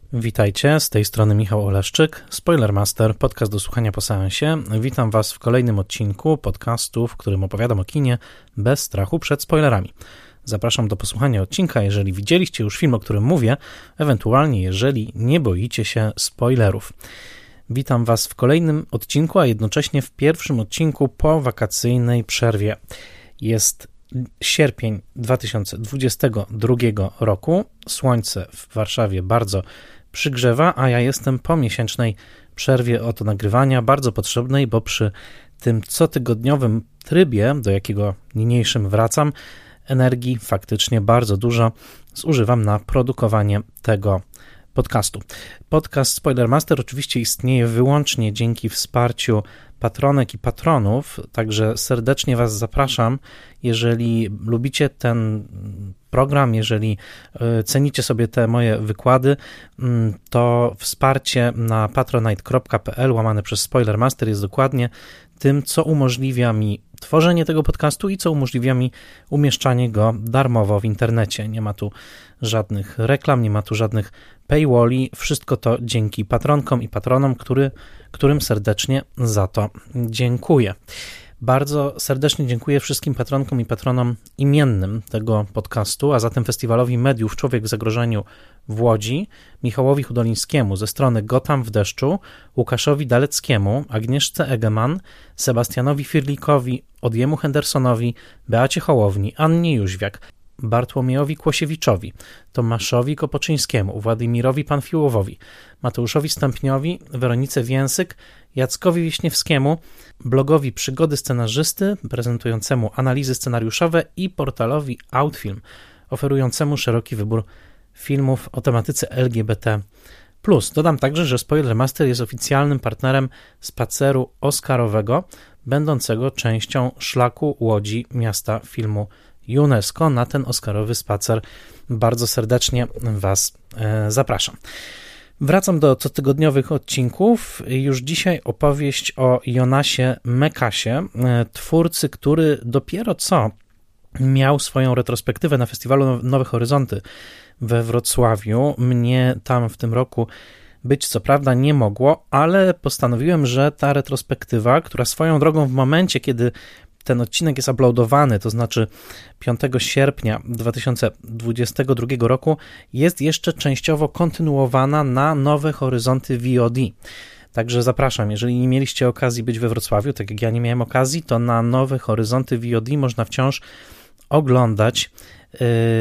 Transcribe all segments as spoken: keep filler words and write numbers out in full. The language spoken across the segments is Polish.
Witajcie, z tej strony Michał Oleszczyk, Spoilermaster, podcast do słuchania po seansie. Witam Was w kolejnym odcinku podcastu, w którym opowiadam o kinie bez strachu przed spoilerami. Zapraszam do posłuchania odcinka, jeżeli widzieliście już film, o którym mówię, ewentualnie jeżeli nie boicie się spoilerów. Witam Was w kolejnym odcinku, a jednocześnie w pierwszym odcinku po wakacyjnej przerwie. Jest sierpień dwa tysiące dwudziestego drugiego roku, słońce w Warszawie bardzo przygrzewa, a ja jestem po miesięcznej przerwie od nagrywania, bardzo potrzebnej, bo przy tym cotygodniowym trybie, do jakiego niniejszym wracam, energii faktycznie bardzo dużo zużywam na produkowanie tego podcastu. Podcast Spoilermaster oczywiście istnieje wyłącznie dzięki wsparciu patronek i patronów, także serdecznie Was zapraszam, jeżeli lubicie ten program, jeżeli cenicie sobie te moje wykłady, to wsparcie na patronite kropka p l łamane przez Spoilermaster jest dokładnie tym, co umożliwia mi tworzenie tego podcastu i co umożliwia mi umieszczanie go darmowo w internecie. Nie ma tu żadnych reklam, nie ma tu żadnych paywalli, wszystko to dzięki patronkom i patronom, który, którym serdecznie za to dziękuję. Bardzo serdecznie dziękuję wszystkim patronkom i patronom imiennym tego podcastu, a zatem Festiwalowi Mediów Człowiek w zagrożeniu w Łodzi, Michałowi Hudolińskiemu ze strony Gotham w deszczu, Łukaszowi Daleckiemu, Agnieszce Egeman, Sebastianowi Firlikowi, Odjemu Hendersonowi, Beacie Hołowni, Annie Jóźwiak, Bartłomiejowi Kłosiewiczowi, Tomaszowi Kopoczyńskiemu, Władimirowi Panfiłowowi, Mateuszowi Stępniowi, Weronice Więsyk, Jackowi Wiśniewskiemu, blogowi Przygody Scenarzysty, prezentującemu analizy scenariuszowe i portalowi Outfilm, oferującemu szeroki wybór filmów o tematyce L G B T plus. Dodam także, że Spoilermaster jest oficjalnym partnerem spaceru oscarowego, będącego częścią szlaku Łodzi Miasta Filmu UNESCO. Na ten oscarowy spacer bardzo serdecznie Was e, zapraszam. Wracam do cotygodniowych odcinków. Już dzisiaj opowieść o Jonasie Mekasie, twórcy, który dopiero co miał swoją retrospektywę na festiwalu Nowe Horyzonty we Wrocławiu. Mnie tam w tym roku być co prawda nie mogło, ale postanowiłem, że ta retrospektywa, która swoją drogą w momencie, kiedy ten odcinek jest uploadowany, to znaczy piątego sierpnia dwa tysiące dwudziestego drugiego roku, jest jeszcze częściowo kontynuowana na Nowe Horyzonty V O D. Także zapraszam, jeżeli nie mieliście okazji być we Wrocławiu, tak jak ja nie miałem okazji, to na Nowe Horyzonty V O D można wciąż oglądać yy,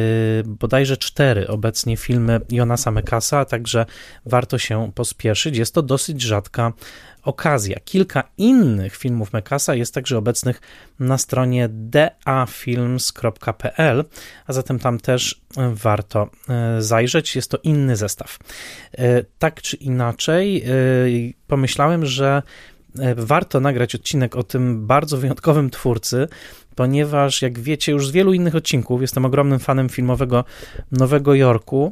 bodajże cztery obecnie filmy Jonasa Mekasa, także warto się pospieszyć. Jest to dosyć rzadka okazja. Kilka innych filmów Mekasa jest także obecnych na stronie d a films kropka p l, a zatem tam też warto zajrzeć. Jest to inny zestaw. Tak czy inaczej, pomyślałem, że warto nagrać odcinek o tym bardzo wyjątkowym twórcy, ponieważ jak wiecie już z wielu innych odcinków, jestem ogromnym fanem filmowego Nowego Jorku,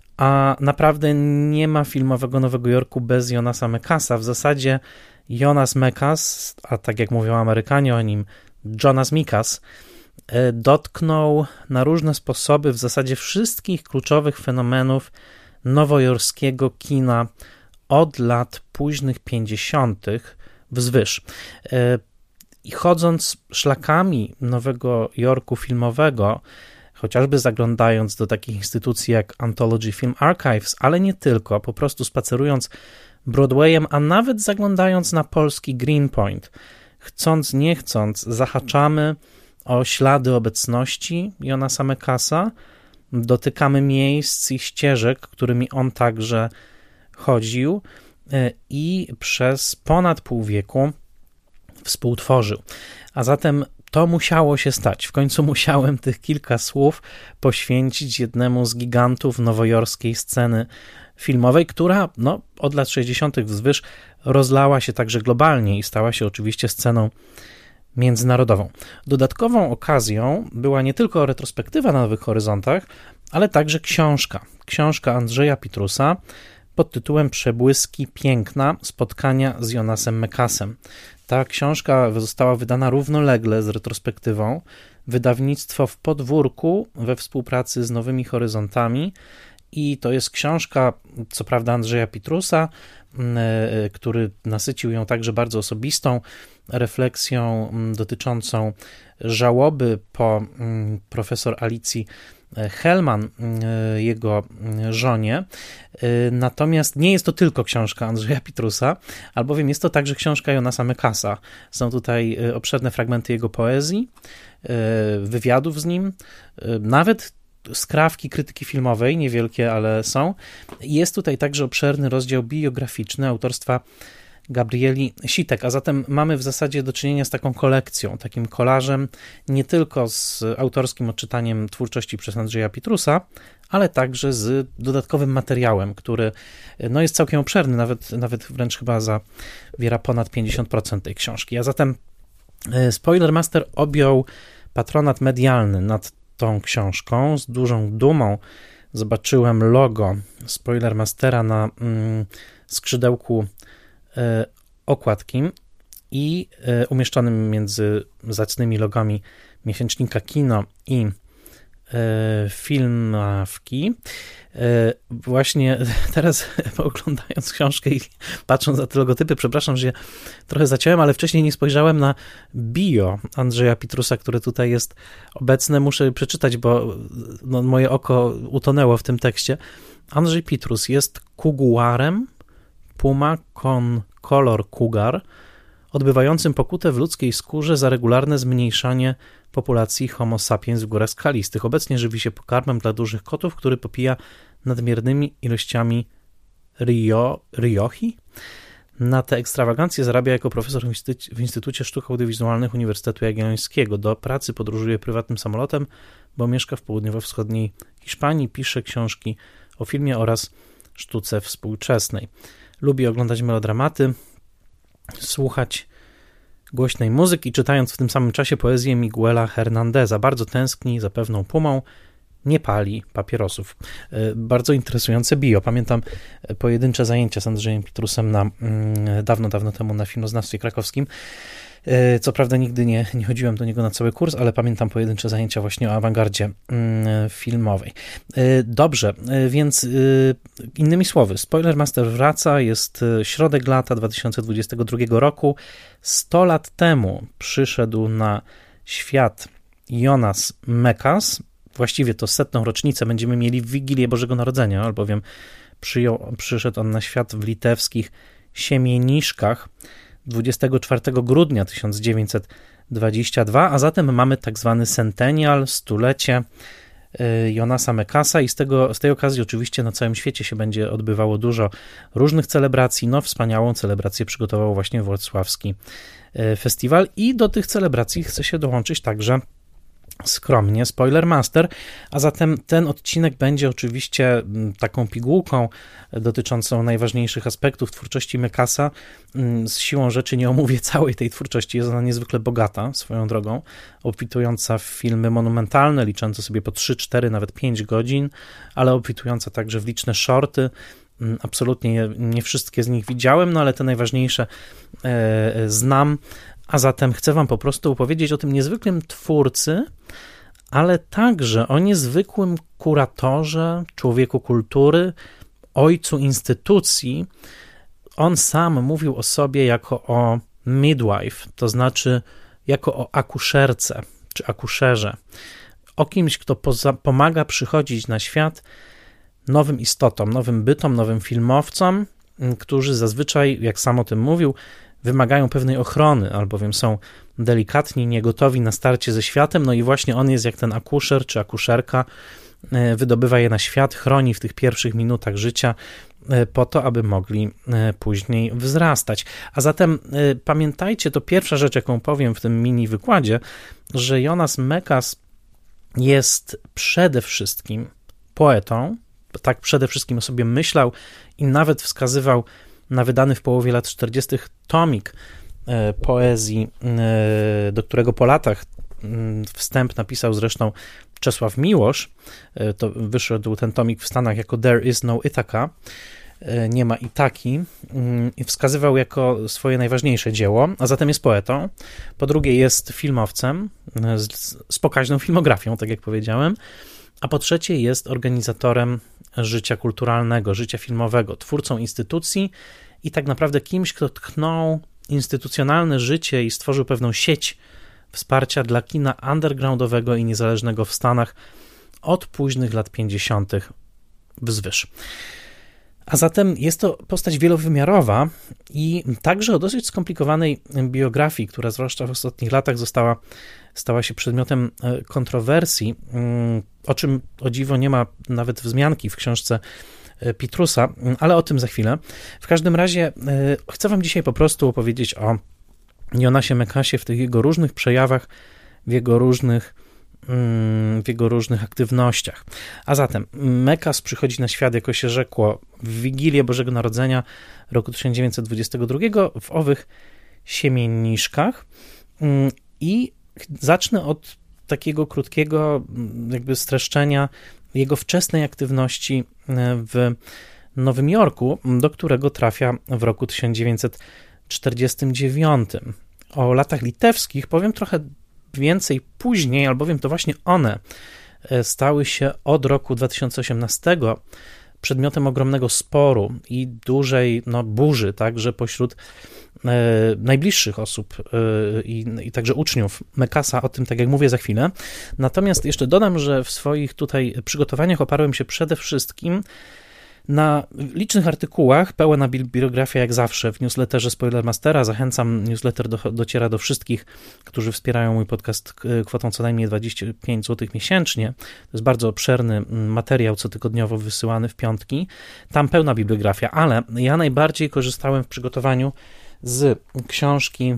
a naprawdę nie ma filmowego Nowego Jorku bez Jonasa Mekasa. W zasadzie Jonas Mekas, a tak jak mówią Amerykanie o nim, Jonas Mekas, dotknął na różne sposoby w zasadzie wszystkich kluczowych fenomenów nowojorskiego kina od lat późnych pięćdziesiątych wzwyż. I chodząc szlakami Nowego Jorku filmowego, chociażby zaglądając do takich instytucji jak Anthology Film Archives, ale nie tylko, po prostu spacerując Broadwayem, a nawet zaglądając na polski Greenpoint, chcąc nie chcąc zahaczamy o ślady obecności Jonasa Mekasa, dotykamy miejsc i ścieżek, którymi on także chodził i przez ponad pół wieku współtworzył. A zatem to musiało się stać. W końcu musiałem tych kilka słów poświęcić jednemu z gigantów nowojorskiej sceny filmowej, która no, od lat sześćdziesiątych wzwyż rozlała się także globalnie i stała się oczywiście sceną międzynarodową. Dodatkową okazją była nie tylko retrospektywa na Nowych Horyzontach, ale także książka. Książka Andrzeja Pitrusa pod tytułem Przebłyski piękna. Spotkania z Jonasem Mekasem. Ta książka została wydana równolegle z retrospektywą. Wydawnictwo w Podwórku we współpracy z Nowymi Horyzontami i to jest książka, co prawda Andrzeja Pitrusa, który nasycił ją także bardzo osobistą refleksją dotyczącą żałoby po profesor Alicji Hellman, jego żonie. Natomiast nie jest to tylko książka Andrzeja Pitrusa, albowiem jest to także książka Jonasa Mekasa. Są tutaj obszerne fragmenty jego poezji, wywiadów z nim, nawet skrawki krytyki filmowej, niewielkie, ale są. Jest tutaj także obszerny rozdział biograficzny autorstwa Gabrieli Sitek, a zatem mamy w zasadzie do czynienia z taką kolekcją, takim kolażem, nie tylko z autorskim odczytaniem twórczości przez Andrzeja Pitrusa, ale także z dodatkowym materiałem, który no, jest całkiem obszerny, nawet, nawet wręcz chyba zawiera ponad pięćdziesiąt procent tej książki. A zatem Spoilermaster objął patronat medialny nad tą książką. Z dużą dumą zobaczyłem logo Spoilermastera na mm, skrzydełku y, okładki i y, umieszczonym między zacnymi logami miesięcznika Kino i y, Filmawki. Y, właśnie teraz oglądając książkę i patrząc na te logotypy, przepraszam, że trochę zaciąłem, ale wcześniej nie spojrzałem na bio Andrzeja Pitrusa, które tutaj jest obecne. Muszę przeczytać, bo no, moje oko utonęło w tym tekście. Andrzej Pitrus jest kuguarem Puma con color cougar, odbywającym pokutę w ludzkiej skórze za regularne zmniejszanie populacji Homo sapiens w górach skalistych. Obecnie żywi się pokarmem dla dużych kotów, który popija nadmiernymi ilościami rio, riochi. Na te ekstrawagancje zarabia jako profesor w, Instytucie, w Instytucie Sztuk Audiowizualnych Uniwersytetu Jagiellońskiego. Do pracy podróżuje prywatnym samolotem, bo mieszka w południowo-wschodniej Hiszpanii, pisze książki o filmie oraz sztuce współczesnej. Lubi oglądać melodramaty, słuchać głośnej muzyki, czytając w tym samym czasie poezję Miguela Hernandeza. Bardzo tęskni za pewną pumą, nie pali papierosów. Bardzo interesujące bio. Pamiętam pojedyncze zajęcia z Andrzejem Pitrusem na, dawno, dawno temu na filmoznawstwie krakowskim. Co prawda nigdy nie, nie chodziłem do niego na cały kurs, ale pamiętam pojedyncze zajęcia właśnie o awangardzie filmowej. Dobrze, więc innymi słowy, Spoilermaster wraca, jest środek lata dwa tysiące dwudziestego drugiego roku. sto lat temu przyszedł na świat Jonas Mekas. Właściwie to setną rocznicę będziemy mieli w Wigilię Bożego Narodzenia, albowiem przyjął, przyszedł on na świat w litewskich Siemieniszkach dwudziestego czwartego grudnia tysiąc dziewięćset dwudziestego drugiego, a zatem mamy tak zwany centennial, stulecie Jonasa Mekasa i z, tego, z tej okazji oczywiście na całym świecie się będzie odbywało dużo różnych celebracji. No, wspaniałą celebrację przygotował właśnie Wrocławski Festiwal i do tych celebracji chce się dołączyć także skromnie Spoilermaster, a zatem ten odcinek będzie oczywiście taką pigułką dotyczącą najważniejszych aspektów twórczości Mekasa. Z siłą rzeczy nie omówię całej tej twórczości, jest ona niezwykle bogata swoją drogą, obfitująca w filmy monumentalne, liczące sobie po trzy, cztery, nawet pięć godzin, ale obfitująca także w liczne shorty. Absolutnie nie, nie wszystkie z nich widziałem, no ale te najważniejsze e, znam. A zatem chcę wam po prostu opowiedzieć o tym niezwykłym twórcy, ale także o niezwykłym kuratorze, człowieku kultury, ojcu instytucji. On sam mówił o sobie jako o midwife, to znaczy jako o akuszerce czy akuszerze, o kimś, kto poza, pomaga przychodzić na świat nowym istotom, nowym bytom, nowym filmowcom, którzy zazwyczaj, jak sam o tym mówił, wymagają pewnej ochrony, albowiem są delikatni, niegotowi na starcie ze światem, no i właśnie on jest jak ten akuszer czy akuszerka, wydobywa je na świat, chroni w tych pierwszych minutach życia po to, aby mogli później wzrastać. A zatem pamiętajcie, to pierwsza rzecz, jaką powiem w tym mini wykładzie, że Jonas Mekas jest przede wszystkim poetą, tak przede wszystkim o sobie myślał i nawet wskazywał na wydany w połowie lat czterdziestych tomik poezji, do którego po latach wstęp napisał zresztą Czesław Miłosz. To wyszedł ten tomik w Stanach jako There is no Ithaca, nie ma Itaki, i wskazywał jako swoje najważniejsze dzieło, a zatem jest poetą. Po drugie jest filmowcem z, z pokaźną filmografią, tak jak powiedziałem, a po trzecie jest organizatorem życia kulturalnego, życia filmowego, twórcą instytucji i tak naprawdę kimś, kto tknął instytucjonalne życie i stworzył pewną sieć wsparcia dla kina undergroundowego i niezależnego w Stanach od późnych lat pięćdziesiątych wzwyż. A zatem jest to postać wielowymiarowa i także o dosyć skomplikowanej biografii, która zwłaszcza w ostatnich latach została, stała się przedmiotem kontrowersji, o czym o dziwo nie ma nawet wzmianki w książce Petrusa, ale o tym za chwilę. W każdym razie chcę wam dzisiaj po prostu opowiedzieć o Jonasie Meccasie w tych jego różnych przejawach, w jego różnych w jego różnych aktywnościach. A zatem Meccas przychodzi na świat, jako się rzekło, w Wigilię Bożego Narodzenia roku tysiąc dziewięćset dwudziestego drugiego w owych Siemienniczkach i zacznę od takiego krótkiego jakby streszczenia jego wczesnej aktywności w Nowym Jorku, do którego trafia w roku tysiąc dziewięćset czterdziestym dziewiątym. O latach litewskich powiem trochę więcej później, albowiem to właśnie one stały się od roku dwa tysiące osiemnastego przedmiotem ogromnego sporu i dużej no, burzy, także pośród e, najbliższych osób e, i, i także uczniów Meccasa, o tym, tak jak mówię, za chwilę. Natomiast jeszcze dodam, że w swoich tutaj przygotowaniach oparłem się przede wszystkim na licznych artykułach, pełna bibliografia jak zawsze w newsletterze Spoilermastera. Zachęcam, newsletter do, dociera do wszystkich, którzy wspierają mój podcast kwotą co najmniej dwadzieścia pięć złotych miesięcznie. To jest bardzo obszerny materiał cotygodniowo wysyłany w piątki. Tam pełna bibliografia, ale ja najbardziej korzystałem w przygotowaniu z książki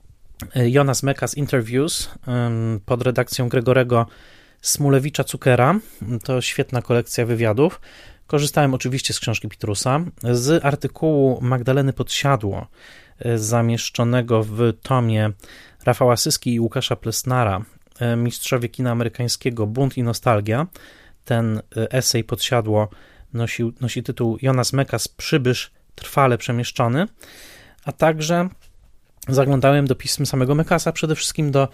Jonas Meccas Interviews pod redakcją Gregorego Smulewicza-Cukera. To świetna kolekcja wywiadów. Korzystałem oczywiście z książki Petrusa, z artykułu Magdaleny Podsiadło, zamieszczonego w tomie Rafała Syski i Łukasza Plesnara, Mistrzowie kina amerykańskiego, Bunt i nostalgia. Ten esej Podsiadło nosi, nosi tytuł Jonas Meccas, przybysz trwale przemieszczony, a także zaglądałem do pism samego Meccasa, przede wszystkim do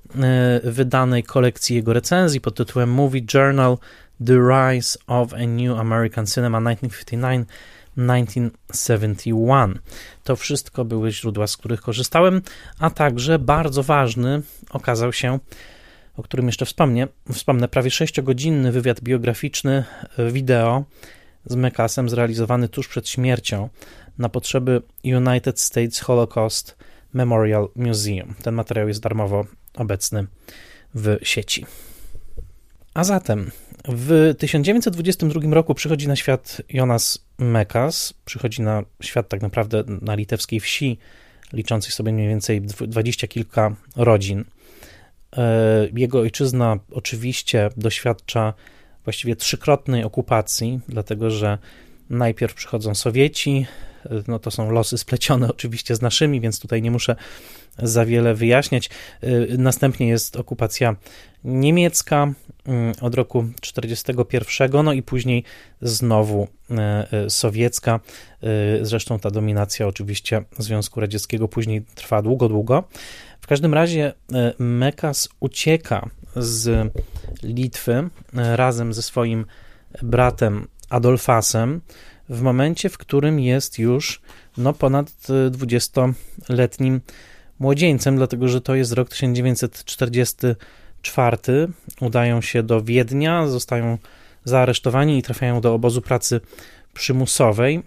wydanej kolekcji jego recenzji pod tytułem Movie Journal The Rise of a New American Cinema nineteen fifty-nine to nineteen seventy-one. To wszystko były źródła, z których korzystałem, a także bardzo ważny okazał się, o którym jeszcze wspomnę, wspomnę prawie sześciogodzinny wywiad biograficzny wideo z Meccasem zrealizowany tuż przed śmiercią na potrzeby United States Holocaust Memorial Museum. Ten materiał jest darmowo obecny w sieci. A zatem w tysiąc dziewięćset dwudziestym drugim roku przychodzi na świat Jonas Meccas, przychodzi na świat tak naprawdę na litewskiej wsi, liczącej sobie mniej więcej dwadzieścia kilka rodzin. Jego ojczyzna oczywiście doświadcza właściwie trzykrotnej okupacji, dlatego że najpierw przychodzą Sowieci, no to są losy splecione oczywiście z naszymi, więc tutaj nie muszę za wiele wyjaśniać. Następnie jest okupacja niemiecka od roku czterdziestego pierwszego, no i później znowu sowiecka. Zresztą ta dominacja oczywiście Związku Radzieckiego później trwa długo, długo. W każdym razie Meccas ucieka z Litwy razem ze swoim bratem Adolfasem w momencie, w którym jest już no, ponad dwudziestoletnim młodzieńcem, dlatego że to jest rok tysiąc dziewięćset czterdziesty czwarty. Udają się do Wiednia, zostają zaaresztowani i trafiają do obozu pracy przymusowej.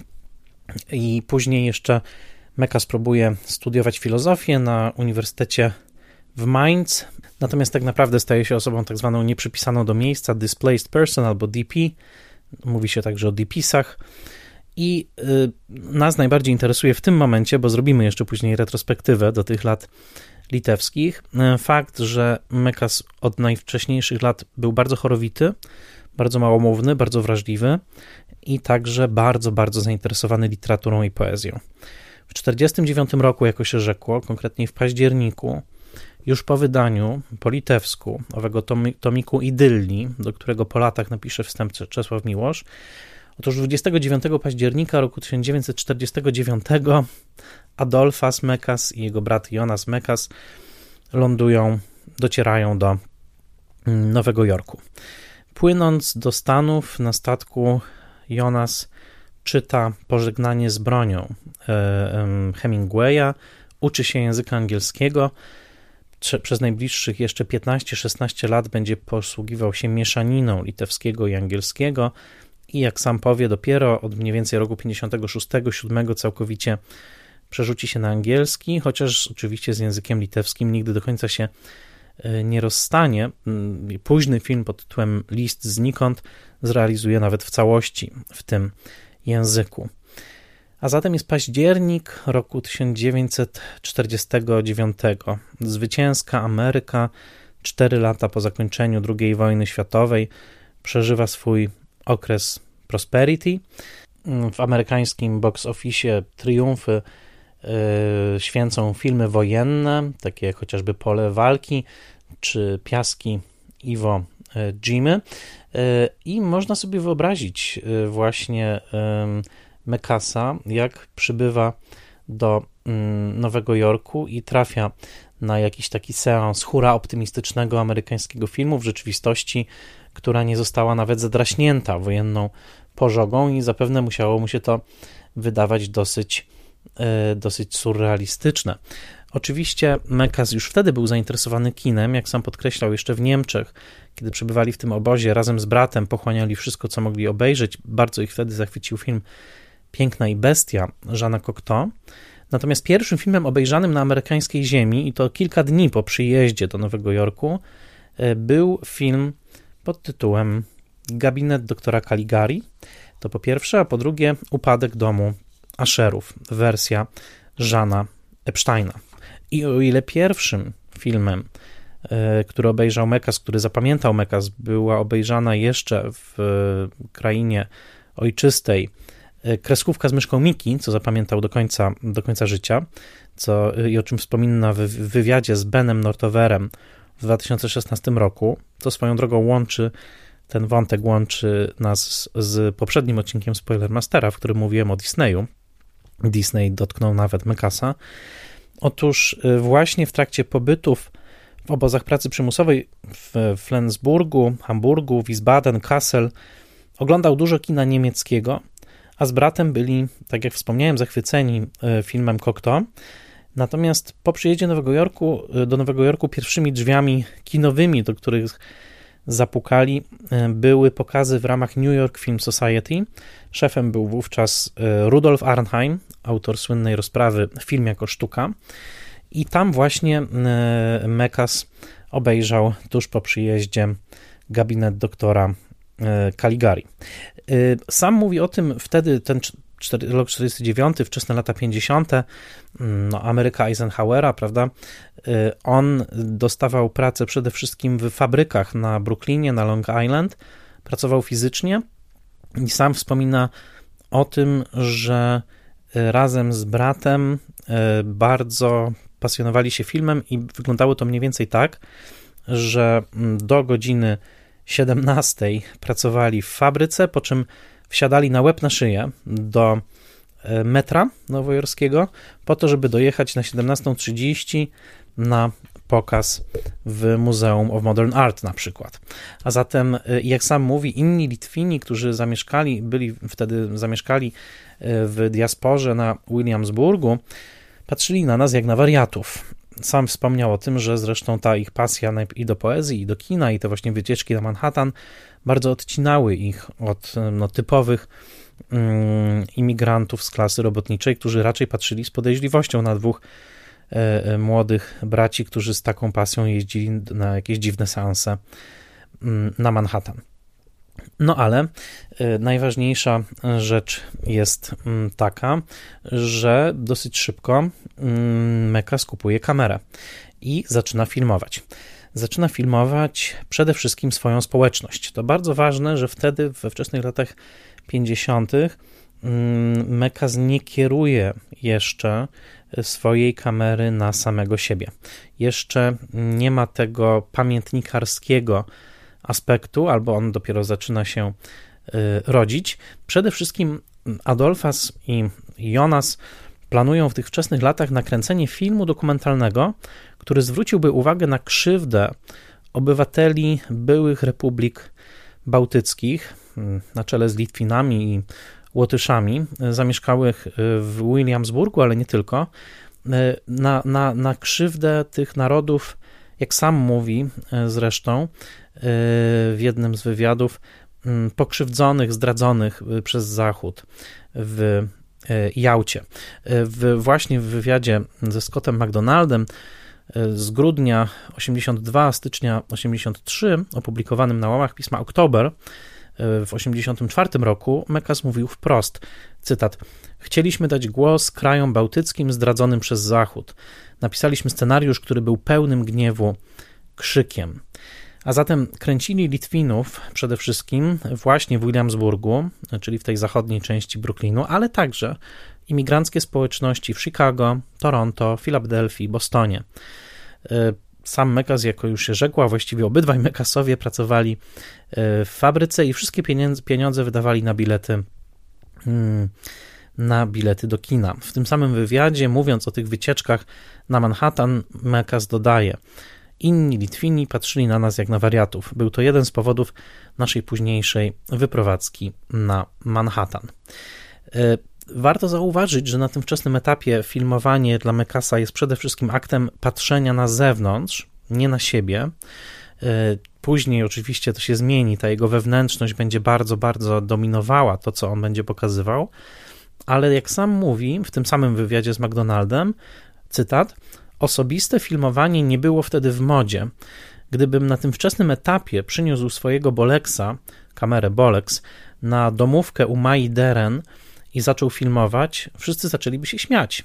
I później jeszcze Meccas próbuje studiować filozofię na Uniwersytecie w Mainz, natomiast tak naprawdę staje się osobą tak zwaną nieprzypisaną do miejsca, displaced person albo D P. Mówi się także o D P sach. I y, nas najbardziej interesuje w tym momencie, bo zrobimy jeszcze później retrospektywę do tych lat litewskich, fakt, że Meccas od najwcześniejszych lat był bardzo chorowity, bardzo małomówny, bardzo wrażliwy i także bardzo, bardzo zainteresowany literaturą i poezją. W tysiąc dziewięćset czterdziestym dziewiątym roku, jako się rzekło, konkretnie w październiku, już po wydaniu po litewsku owego tomiku Idylli, do którego po latach napisze wstęp Czesław Miłosz, otóż dwudziestego dziewiątego października roku tysiąc dziewięćset czterdziestego dziewiątego Adolfas Meccas i jego brat Jonas Meccas lądują, docierają do Nowego Jorku. Płynąc do Stanów na statku, Jonas czyta Pożegnanie z bronią Hemingwaya, uczy się języka angielskiego. Przez najbliższych jeszcze piętnaście szesnaście lat będzie posługiwał się mieszaniną litewskiego i angielskiego i jak sam powie, dopiero od mniej więcej roku pięćdziesiątego szóstego siódmego całkowicie przerzuci się na angielski, chociaż oczywiście z językiem litewskim nigdy do końca się nie rozstanie. Późny film pod tytułem List znikąd zrealizuje nawet w całości w tym języku. A zatem jest październik roku tysiąc dziewięćset czterdziestego dziewiątego. Zwycięska Ameryka, cztery lata po zakończeniu drugiej wojny światowej, przeżywa swój okres prosperity. W amerykańskim box office triumfy yy, święcą filmy wojenne, takie jak chociażby Pole walki czy Piaski Iwo Jimy. Yy, I można sobie wyobrazić yy, właśnie yy, Mekasa, jak przybywa do Nowego Jorku i trafia na jakiś taki seans hura optymistycznego amerykańskiego filmu w rzeczywistości, która nie została nawet zadraśnięta wojenną pożogą i zapewne musiało mu się to wydawać dosyć, dosyć surrealistyczne. Oczywiście Mekas już wtedy był zainteresowany kinem, jak sam podkreślał jeszcze w Niemczech, kiedy przebywali w tym obozie razem z bratem, pochłaniali wszystko, co mogli obejrzeć. Bardzo ich wtedy zachwycił film Piękna i bestia Jeana Cocteau. Natomiast pierwszym filmem obejrzanym na amerykańskiej ziemi, i to kilka dni po przyjeździe do Nowego Jorku, był film pod tytułem Gabinet doktora Caligari. To po pierwsze, a po drugie Upadek domu Asherów, wersja Jeana Epsteina. I o ile pierwszym filmem, który obejrzał Mekas, który zapamiętał Mekas, była obejrzana jeszcze w krainie ojczystej kreskówka z myszką Miki, co zapamiętał do końca, do końca życia, co i o czym wspomina w wywiadzie z Benem Northoverem w dwa tysiące szesnastym roku, co swoją drogą łączy, ten wątek łączy nas z poprzednim odcinkiem Spoilermastera, w którym mówiłem o Disneyu. Disney dotknął nawet Mekasa. Otóż właśnie w trakcie pobytów w obozach pracy przymusowej w Flensburgu, Hamburgu, Wiesbaden, Kassel oglądał dużo kina niemieckiego, a z bratem byli, tak jak wspomniałem, zachwyceni filmem Cocteau. Natomiast po przyjeździe Nowego Jorku, do Nowego Jorku pierwszymi drzwiami kinowymi, do których zapukali, były pokazy w ramach New York Film Society. Szefem był wówczas Rudolf Arnheim, autor słynnej rozprawy Film jako sztuka. I tam właśnie Mekas obejrzał tuż po przyjeździe Gabinet doktora Caligari. Sam mówi o tym wtedy, ten rok czterdziesty dziewiąty, wczesne lata pięćdziesiąte, no Ameryka Eisenhowera, prawda? On dostawał pracę przede wszystkim w fabrykach na Brooklynie, na Long Island, pracował fizycznie i sam wspomina o tym, że razem z bratem bardzo pasjonowali się filmem i wyglądało to mniej więcej tak, że do godziny siedemnastej pracowali w fabryce, po czym wsiadali na łeb na szyję do metra nowojorskiego po to, żeby dojechać na siedemnastą trzydzieści na pokaz w Muzeum of Modern Art na przykład. A zatem, jak sam mówi, inni Litwini, którzy zamieszkali, byli wtedy zamieszkali w diasporze na Williamsburgu, patrzyli na nas jak na wariatów. Sam wspomniał o tym, że zresztą ta ich pasja i do poezji, i do kina, i te właśnie wycieczki na Manhattan bardzo odcinały ich od no, typowych um, imigrantów z klasy robotniczej, którzy raczej patrzyli z podejrzliwością na dwóch e, młodych braci, którzy z taką pasją jeździli na jakieś dziwne seanse um, na Manhattan. No ale y, najważniejsza rzecz jest y, taka, że dosyć szybko y, Mekas kupuje kamerę i zaczyna filmować. Zaczyna filmować przede wszystkim swoją społeczność. To bardzo ważne, że wtedy we wczesnych latach pięćdziesiątych y, Mekas nie kieruje jeszcze swojej kamery na samego siebie. Jeszcze nie ma tego pamiętnikarskiego aspektu, albo on dopiero zaczyna się y, rodzić. Przede wszystkim Adolfas i Jonas planują w tych wczesnych latach nakręcenie filmu dokumentalnego, który zwróciłby uwagę na krzywdę obywateli byłych republik bałtyckich na czele z Litwinami i Łotyszami, zamieszkałych w Williamsburgu, ale nie tylko, na, na, na krzywdę tych narodów, jak sam mówi zresztą w jednym z wywiadów, pokrzywdzonych, zdradzonych przez Zachód w Jałcie. W, właśnie w wywiadzie ze Scottem McDonaldem z grudnia osiemdziesiątego drugiego, stycznia osiemdziesiątego trzeciego, opublikowanym na łamach pisma Oktober w osiemdziesiątym czwartym roku, Mekas mówił wprost, cytat: chcieliśmy dać głos krajom bałtyckim zdradzonym przez Zachód. Napisaliśmy scenariusz, który był pełnym gniewu krzykiem. A zatem kręcili Litwinów przede wszystkim właśnie w Williamsburgu, czyli w tej zachodniej części Brooklynu, ale także imigranckie społeczności w Chicago, Toronto, Filadelfii, Bostonie. Sam Mekas, jako już się rzekło, a właściwie obydwaj Mekasowie pracowali w fabryce i wszystkie pieniądze, pieniądze wydawali na bilety, na bilety do kina. W tym samym wywiadzie, mówiąc o tych wycieczkach na Manhattan, Mekas dodaje: inni Litwini patrzyli na nas jak na wariatów. Był to jeden z powodów naszej późniejszej wyprowadzki na Manhattan. Warto zauważyć, że na tym wczesnym etapie filmowanie dla Mekasa jest przede wszystkim aktem patrzenia na zewnątrz, nie na siebie. Później oczywiście to się zmieni, ta jego wewnętrzność będzie bardzo, bardzo dominowała to, co on będzie pokazywał, ale jak sam mówi w tym samym wywiadzie z McDonaldem, cytat: osobiste filmowanie nie było wtedy w modzie. Gdybym na tym wczesnym etapie przyniósł swojego Bolexa, kamerę Bolex, na domówkę u Mai Deren i zaczął filmować, wszyscy zaczęliby się śmiać.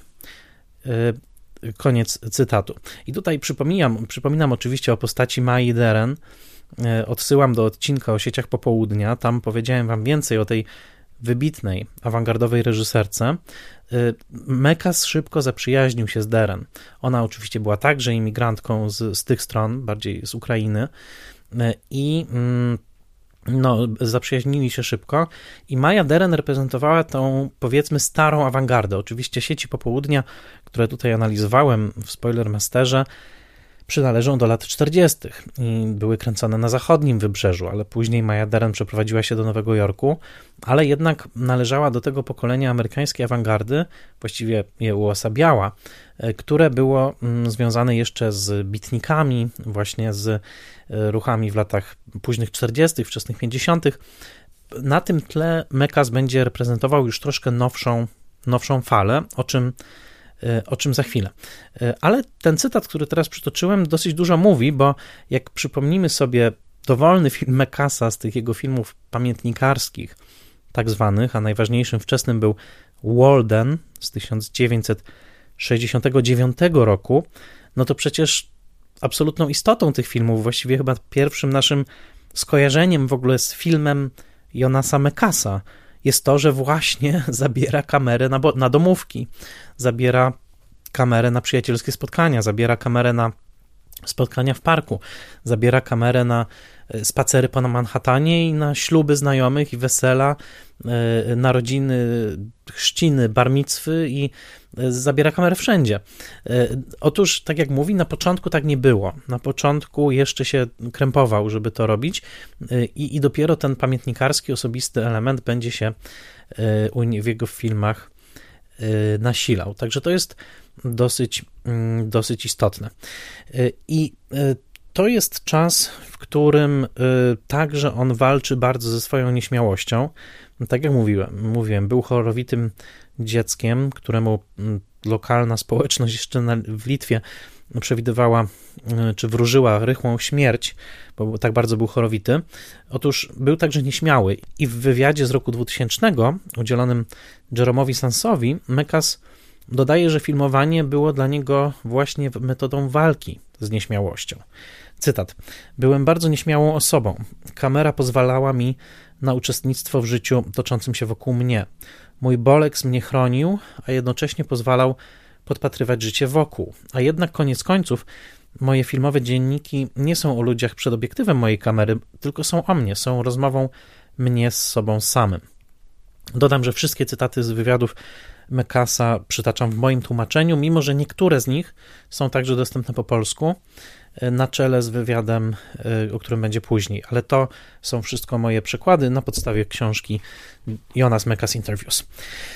Koniec cytatu. I tutaj przypominam, przypominam oczywiście o postaci Mai Deren. Odsyłam do odcinka o sieciach popołudnia. Tam powiedziałem wam więcej o tej wybitnej, awangardowej reżyserce. Mekas szybko zaprzyjaźnił się z Deren. Ona oczywiście była także imigrantką z, z tych stron, bardziej z Ukrainy, i no, zaprzyjaźnili się szybko i Maja Deren reprezentowała tą, powiedzmy, starą awangardę. Oczywiście sieci popołudnia, które tutaj analizowałem w Spoilermasterze, przynależą do lat czterdziestych i były kręcone na zachodnim wybrzeżu, ale później Maja Deren przeprowadziła się do Nowego Jorku, ale jednak należała do tego pokolenia amerykańskiej awangardy, właściwie je uosabiała, które było związane jeszcze z bitnikami, właśnie z ruchami w latach późnych czterdziestych, wczesnych pięćdziesiątych. Na tym tle Mekas będzie reprezentował już troszkę nowszą, nowszą falę, o czym o czym za chwilę. Ale ten cytat, który teraz przytoczyłem, dosyć dużo mówi, bo jak przypomnimy sobie dowolny film Mekasa z tych jego filmów pamiętnikarskich, tak zwanych, a najważniejszym wczesnym był Walden z tysiąc dziewięćset sześćdziesiątego dziewiątego roku, no to przecież absolutną istotą tych filmów, właściwie chyba pierwszym naszym skojarzeniem w ogóle z filmem Jonasa Mekasa jest to, że właśnie zabiera kamerę na, na domówki, zabiera kamerę na przyjacielskie spotkania, zabiera kamerę na spotkania w parku, zabiera kamerę na spacery po Manhattanie i na śluby znajomych i wesela, narodziny, chrzciny, bar micwy i zabiera kamerę wszędzie. Otóż, tak jak mówi, na początku tak nie było. Na początku jeszcze się krępował, żeby to robić i, i dopiero ten pamiętnikarski, osobisty element będzie się w jego filmach nasilał. Także to jest dosyć, dosyć istotne. I to jest czas, w którym także on walczy bardzo ze swoją nieśmiałością. Tak jak mówiłem, mówiłem, był chorowitym dzieckiem, któremu lokalna społeczność jeszcze na, w Litwie przewidywała, czy wróżyła rychłą śmierć, bo tak bardzo był chorowity. Otóż był także nieśmiały i w wywiadzie z roku dwutysięcznego udzielonym Jeromowi Sansowi Mekas dodaje, że filmowanie było dla niego właśnie metodą walki z nieśmiałością. Cytat: byłem bardzo nieśmiałą osobą. Kamera pozwalała mi na uczestnictwo w życiu toczącym się wokół mnie. Mój Bolex mnie chronił, a jednocześnie pozwalał podpatrywać życie wokół. A jednak koniec końców moje filmowe dzienniki nie są o ludziach przed obiektywem mojej kamery, tylko są o mnie, są rozmową mnie z sobą samym. Dodam, że wszystkie cytaty z wywiadów Mekasa przytaczam w moim tłumaczeniu, mimo że niektóre z nich są także dostępne po polsku. na czele z wywiadem, o którym będzie później, ale to są wszystko moje przykłady na podstawie książki Jonas Mekas Interviews.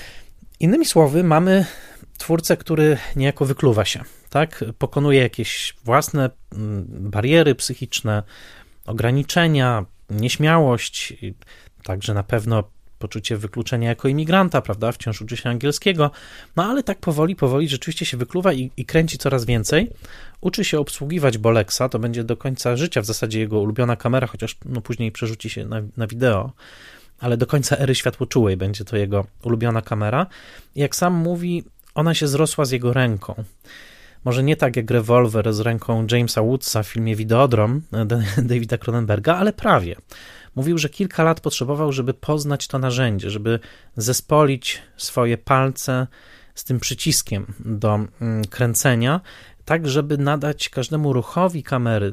Innymi słowy, mamy twórcę, który niejako wykluwa się, tak? Pokonuje jakieś własne bariery psychiczne, ograniczenia, nieśmiałość, także na pewno poczucie wykluczenia jako imigranta, prawda? Wciąż uczy się angielskiego, no ale tak powoli, powoli rzeczywiście się wykluwa i, i kręci coraz więcej. Uczy się obsługiwać Bolexa, to będzie do końca życia w zasadzie jego ulubiona kamera, chociaż no, później przerzuci się na, na wideo, ale do końca ery światłoczułej będzie to jego ulubiona kamera. I jak sam mówi, ona się zrosła z jego ręką. Może nie tak jak rewolwer z ręką Jamesa Woodsa w filmie Videodrom Davida Cronenberga, ale prawie. Mówił, że kilka lat potrzebował, żeby poznać to narzędzie, żeby zespolić swoje palce z tym przyciskiem do kręcenia, tak żeby nadać każdemu ruchowi kamery,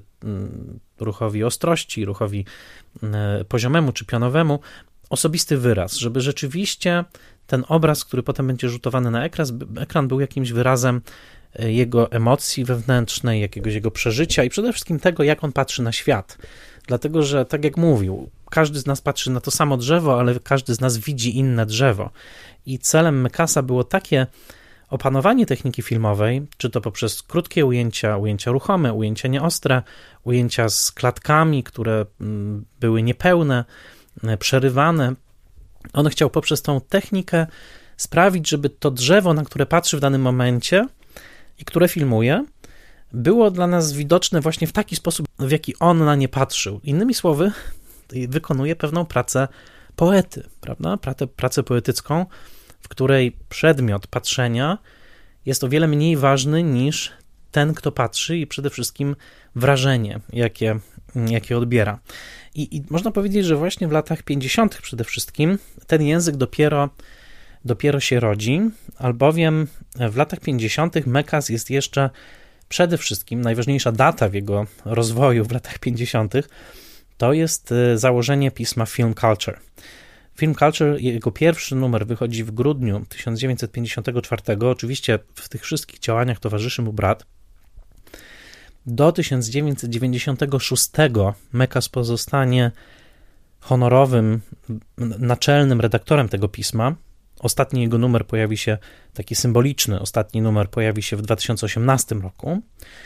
ruchowi ostrości, ruchowi poziomemu czy pionowemu, osobisty wyraz, żeby rzeczywiście ten obraz, który potem będzie rzutowany na ekran, ekran był jakimś wyrazem jego emocji wewnętrznej, jakiegoś jego przeżycia i przede wszystkim tego, jak on patrzy na świat. Dlatego, że tak jak mówił, każdy z nas patrzy na to samo drzewo, ale każdy z nas widzi inne drzewo. I celem Mekasa było takie opanowanie techniki filmowej, czy to poprzez krótkie ujęcia, ujęcia ruchome, ujęcia nieostre, ujęcia z klatkami, które były niepełne, przerywane. On chciał poprzez tą technikę sprawić, żeby to drzewo, na które patrzy w danym momencie i które filmuje, było dla nas widoczne właśnie w taki sposób, w jaki on na nie patrzył. Innymi słowy, wykonuje pewną pracę poety, prawda? Pracę, pracę poetycką, w której przedmiot patrzenia jest o wiele mniej ważny niż ten, kto patrzy i przede wszystkim wrażenie, jakie, jakie odbiera. I, I można powiedzieć, że właśnie w latach pięćdziesiątych przede wszystkim ten język dopiero, dopiero się rodzi, albowiem w latach pięćdziesiątych Mekas jest jeszcze przede wszystkim, najważniejsza data w jego rozwoju w latach pięćdziesiątych to jest założenie pisma Film Culture. Film Culture, jego pierwszy numer wychodzi w grudniu tysiąc dziewięćset pięćdziesiątego czwartego. Oczywiście w tych wszystkich działaniach towarzyszy mu brat. Do tysiąc dziewięćset dziewięćdziesiątego szóstego Mekas pozostanie honorowym, naczelnym redaktorem tego pisma. Ostatni jego numer pojawi się, taki symboliczny, ostatni numer pojawi się w dwa tysiące osiemnastym roku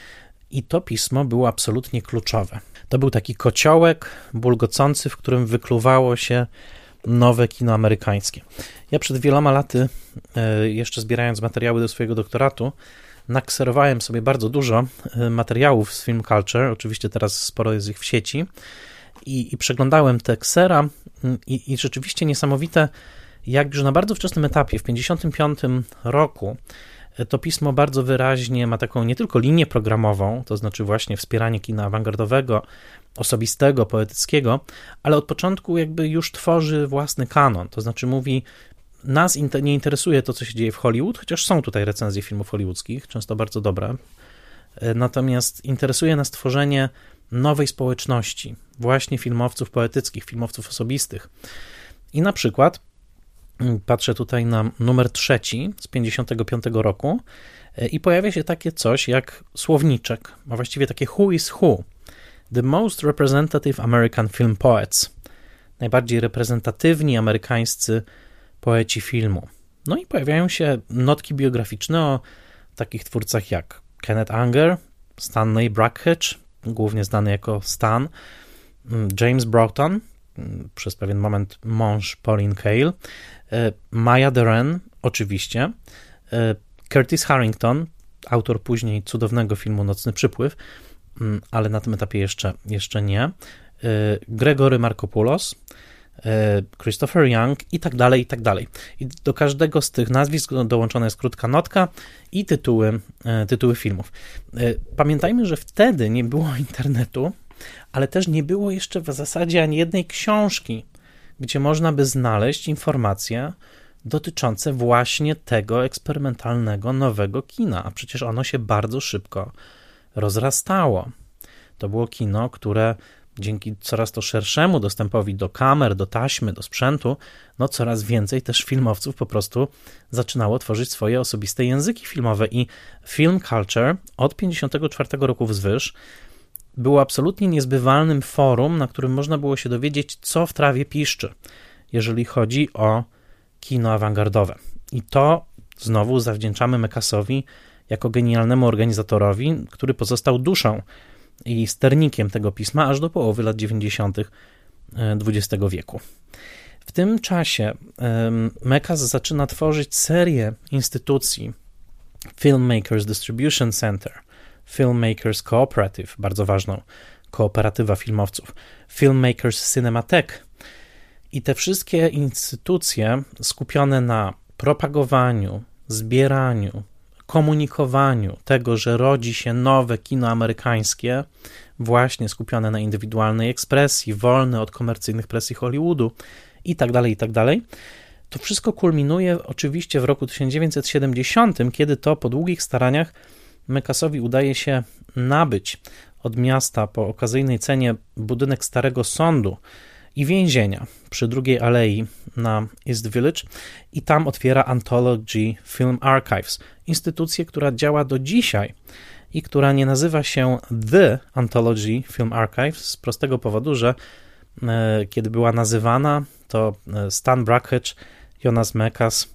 i to pismo było absolutnie kluczowe. To był taki kociołek bulgocący, w którym wykluwało się nowe kino amerykańskie. Ja przed wieloma laty, jeszcze zbierając materiały do swojego doktoratu, nakserowałem sobie bardzo dużo materiałów z Film Culture, oczywiście teraz sporo jest ich w sieci i, i przeglądałem te ksera i, i rzeczywiście niesamowite, jak już na bardzo wczesnym etapie, w pięćdziesiątym piątym roku, to pismo bardzo wyraźnie ma taką nie tylko linię programową, to znaczy właśnie wspieranie kina awangardowego, osobistego, poetyckiego, ale od początku jakby już tworzy własny kanon, to znaczy mówi, nas nie interesuje to, co się dzieje w Hollywood, chociaż są tutaj recenzje filmów hollywoodzkich, często bardzo dobre, natomiast interesuje nas tworzenie nowej społeczności, właśnie filmowców poetyckich, filmowców osobistych. I na przykład patrzę tutaj na numer trzeci z pięćdziesiątego piątego roku i pojawia się takie coś jak słowniczek, a właściwie takie who is who. The most representative American film poets. Najbardziej reprezentatywni amerykańscy poeci filmu. No i pojawiają się notki biograficzne o takich twórcach jak Kenneth Anger, Stanley Brakhage, głównie znany jako Stan, James Broughton, przez pewien moment mąż Pauline Kael, Maya Deren, oczywiście, Curtis Harrington, autor później cudownego filmu Nocny Przypływ, ale na tym etapie jeszcze, jeszcze nie, Gregory Markopoulos, Christopher Young i tak dalej, i tak dalej. I do każdego z tych nazwisk dołączona jest krótka notka i tytuły, tytuły filmów. Pamiętajmy, że wtedy nie było internetu, ale też nie było jeszcze w zasadzie ani jednej książki, gdzie można by znaleźć informacje dotyczące właśnie tego eksperymentalnego, nowego kina, a przecież ono się bardzo szybko rozrastało. To było kino, które dzięki coraz to szerszemu dostępowi do kamer, do taśmy, do sprzętu, no coraz więcej też filmowców po prostu zaczynało tworzyć swoje osobiste języki filmowe i Film Culture od pięćdziesiątego czwartego roku wzwyż było absolutnie niezbywalnym forum, na którym można było się dowiedzieć, co w trawie piszczy, jeżeli chodzi o kino awangardowe. I to znowu zawdzięczamy Meccasowi jako genialnemu organizatorowi, który pozostał duszą i sternikiem tego pisma aż do połowy lat dziewięćdziesiątych dwudziestego wieku. W tym czasie Meccas zaczyna tworzyć serię instytucji: Filmmakers Distribution Center, Filmmakers Cooperative, bardzo ważną, kooperatywa filmowców, Filmmakers Cinematheque. I te wszystkie instytucje skupione na propagowaniu, zbieraniu, komunikowaniu tego, że rodzi się nowe kino amerykańskie, właśnie skupione na indywidualnej ekspresji, wolne od komercyjnych presji Hollywoodu i tak dalej, i tak dalej. To wszystko kulminuje oczywiście w roku tysiąc dziewięćset siedemdziesiątym, kiedy to po długich staraniach Meccasowi udaje się nabyć od miasta po okazyjnej cenie budynek starego sądu i więzienia przy drugiej alei na East Village i tam otwiera Anthology Film Archives, instytucję, która działa do dzisiaj i która nie nazywa się The Anthology Film Archives z prostego powodu, że e, kiedy była nazywana, to Stan Brakhage, Jonas Meccas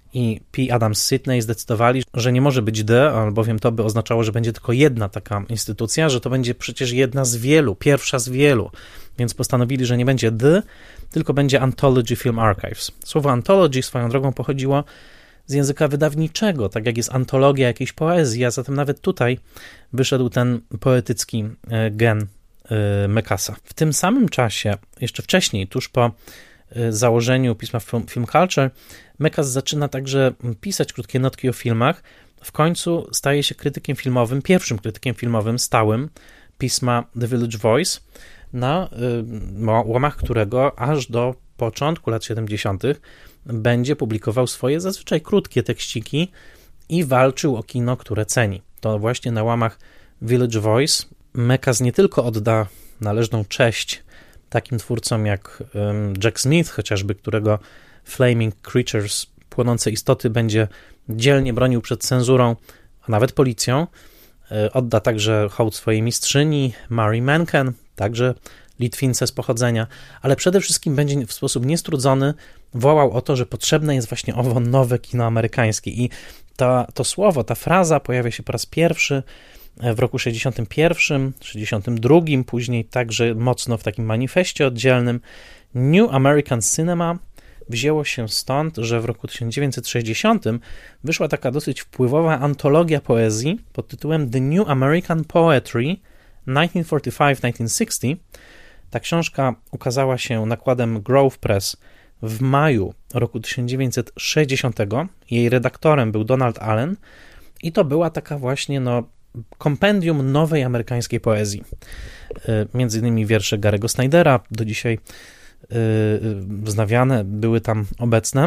i P. Adams Sidney zdecydowali, że nie może być The, albowiem to by oznaczało, że będzie tylko jedna taka instytucja, że to będzie przecież jedna z wielu, pierwsza z wielu, więc postanowili, że nie będzie The, tylko będzie Anthology Film Archives. Słowo anthology swoją drogą pochodziło z języka wydawniczego, tak jak jest antologia jakiejś poezji, a zatem nawet tutaj wyszedł ten poetycki gen Meccasa. W tym samym czasie, jeszcze wcześniej, tuż po założeniu pisma Film Culture, Meccas zaczyna także pisać krótkie notki o filmach. W końcu staje się krytykiem filmowym, pierwszym krytykiem filmowym stałym pisma The Village Voice, na łamach którego aż do początku lat siedemdziesiątych będzie publikował swoje zazwyczaj krótkie tekściki i walczył o kino, które ceni. To właśnie na łamach Village Voice Meccas nie tylko odda należną cześć takim twórcom jak Jack Smith, chociażby, którego Flaming Creatures, płonące istoty, będzie dzielnie bronił przed cenzurą, a nawet policją. Odda także hołd swojej mistrzyni, Mary Menken, także Litwince z pochodzenia, ale przede wszystkim będzie w sposób niestrudzony wołał o to, że potrzebne jest właśnie owo nowe kino amerykańskie. I to, to słowo, ta fraza pojawia się po raz pierwszy w roku sześćdziesiątym pierwszym, sześćdziesiątym drugim, później także mocno w takim manifestie oddzielnym. New American Cinema wzięło się stąd, że w roku tysiąc dziewięćset sześćdziesiątym wyszła taka dosyć wpływowa antologia poezji pod tytułem The New American Poetry nineteen forty-five to nineteen sixty. Ta książka ukazała się nakładem Grove Press w maju roku tysiąc dziewięćset sześćdziesiątego. Jej redaktorem był Donald Allen i to była taka właśnie no, kompendium nowej amerykańskiej poezji. Między innymi wiersze Gary'ego Snydera, do dzisiaj wznawiane, były tam obecne.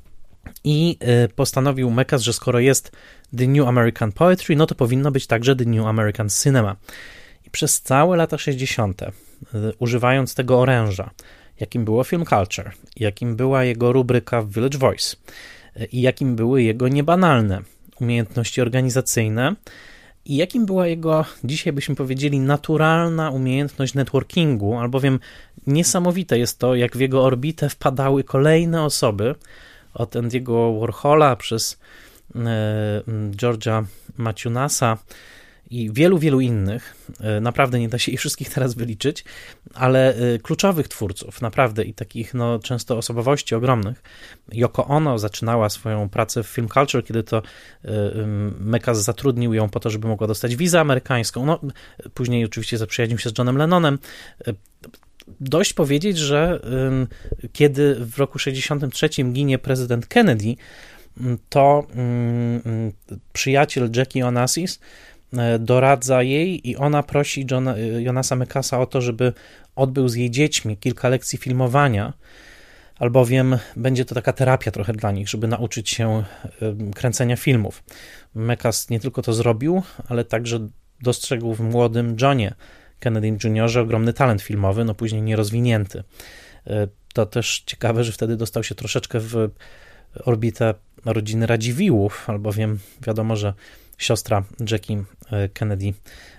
I postanowił Meccas, że skoro jest The New American Poetry, no to powinno być także The New American Cinema. I przez całe lata sześćdziesiąte, używając tego oręża, jakim było Film Culture, jakim była jego rubryka w Village Voice i jakim były jego niebanalne umiejętności organizacyjne i jakim była jego, dzisiaj byśmy powiedzieli, naturalna umiejętność networkingu, albowiem niesamowite jest to, jak w jego orbitę wpadały kolejne osoby, od Andy'ego Warhola przez e, George'a Maciunasa i wielu, wielu innych. E, naprawdę nie da się ich wszystkich teraz wyliczyć, ale e, kluczowych twórców, naprawdę i takich no, często osobowości ogromnych. Yoko Ono zaczynała swoją pracę w Film Culture, kiedy to e, Meccas zatrudnił ją po to, żeby mogła dostać wizę amerykańską. No, później oczywiście zaprzyjaźnił się z Johnem Lennonem. E, Dość powiedzieć, że y, kiedy w roku sześćdziesiątym trzecim ginie prezydent Kennedy, to y, y, przyjaciel Jackie Onassis y, doradza jej i ona prosi Johna, y, Jonasa Meccasa o to, żeby odbył z jej dziećmi kilka lekcji filmowania, albowiem będzie to taka terapia trochę dla nich, żeby nauczyć się y, kręcenia filmów. Meccas nie tylko to zrobił, ale także dostrzegł w młodym Johnie Kennedy juniorze ogromny talent filmowy, no później nierozwinięty. To też ciekawe, że wtedy dostał się troszeczkę w orbitę rodziny Radziwiłłów, albowiem wiadomo, że siostra Jackie Kennedy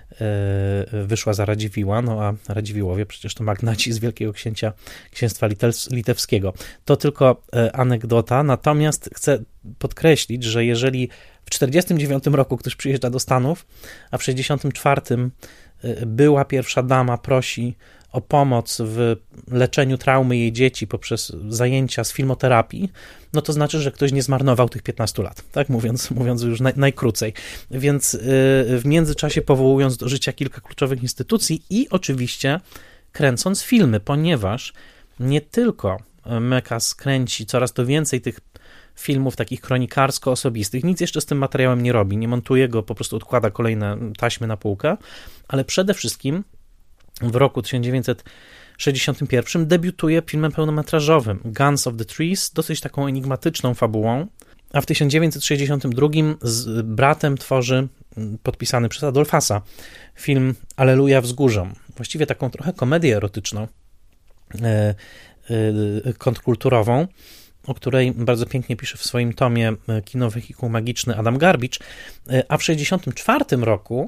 wyszła za Radziwiłła, no a Radziwiłłowie przecież to magnaci z Wielkiego Księcia Księstwa Litewskiego. To tylko anegdota, natomiast chcę podkreślić, że jeżeli w czterdziestym dziewiątym roku ktoś przyjeżdża do Stanów, a w sześćdziesiątym czwartym była pierwsza dama prosi o pomoc w leczeniu traumy jej dzieci poprzez zajęcia z filmoterapii, no to znaczy, że ktoś nie zmarnował tych piętnastu lat, tak mówiąc, mówiąc już naj, najkrócej. Więc w międzyczasie powołując do życia kilka kluczowych instytucji i oczywiście kręcąc filmy, ponieważ nie tylko Mekas kręci coraz to więcej tych filmów takich kronikarsko-osobistych, nic jeszcze z tym materiałem nie robi, nie montuje go, po prostu odkłada kolejne taśmy na półkę, ale przede wszystkim w roku tysiąc dziewięćset sześćdziesiątym pierwszym debiutuje filmem pełnometrażowym Guns of the Trees, dosyć taką enigmatyczną fabułą, a w tysiąc dziewięćset sześćdziesiątym drugim z bratem tworzy podpisany przez Adolfasa film Alleluja wzgórzom, właściwie taką trochę komedię erotyczną, e, e, kontrkulturową, o której bardzo pięknie pisze w swoim tomie Kino Wehikuł Magiczny Adam Garbicz, a w sześćdziesiątym czwartym roku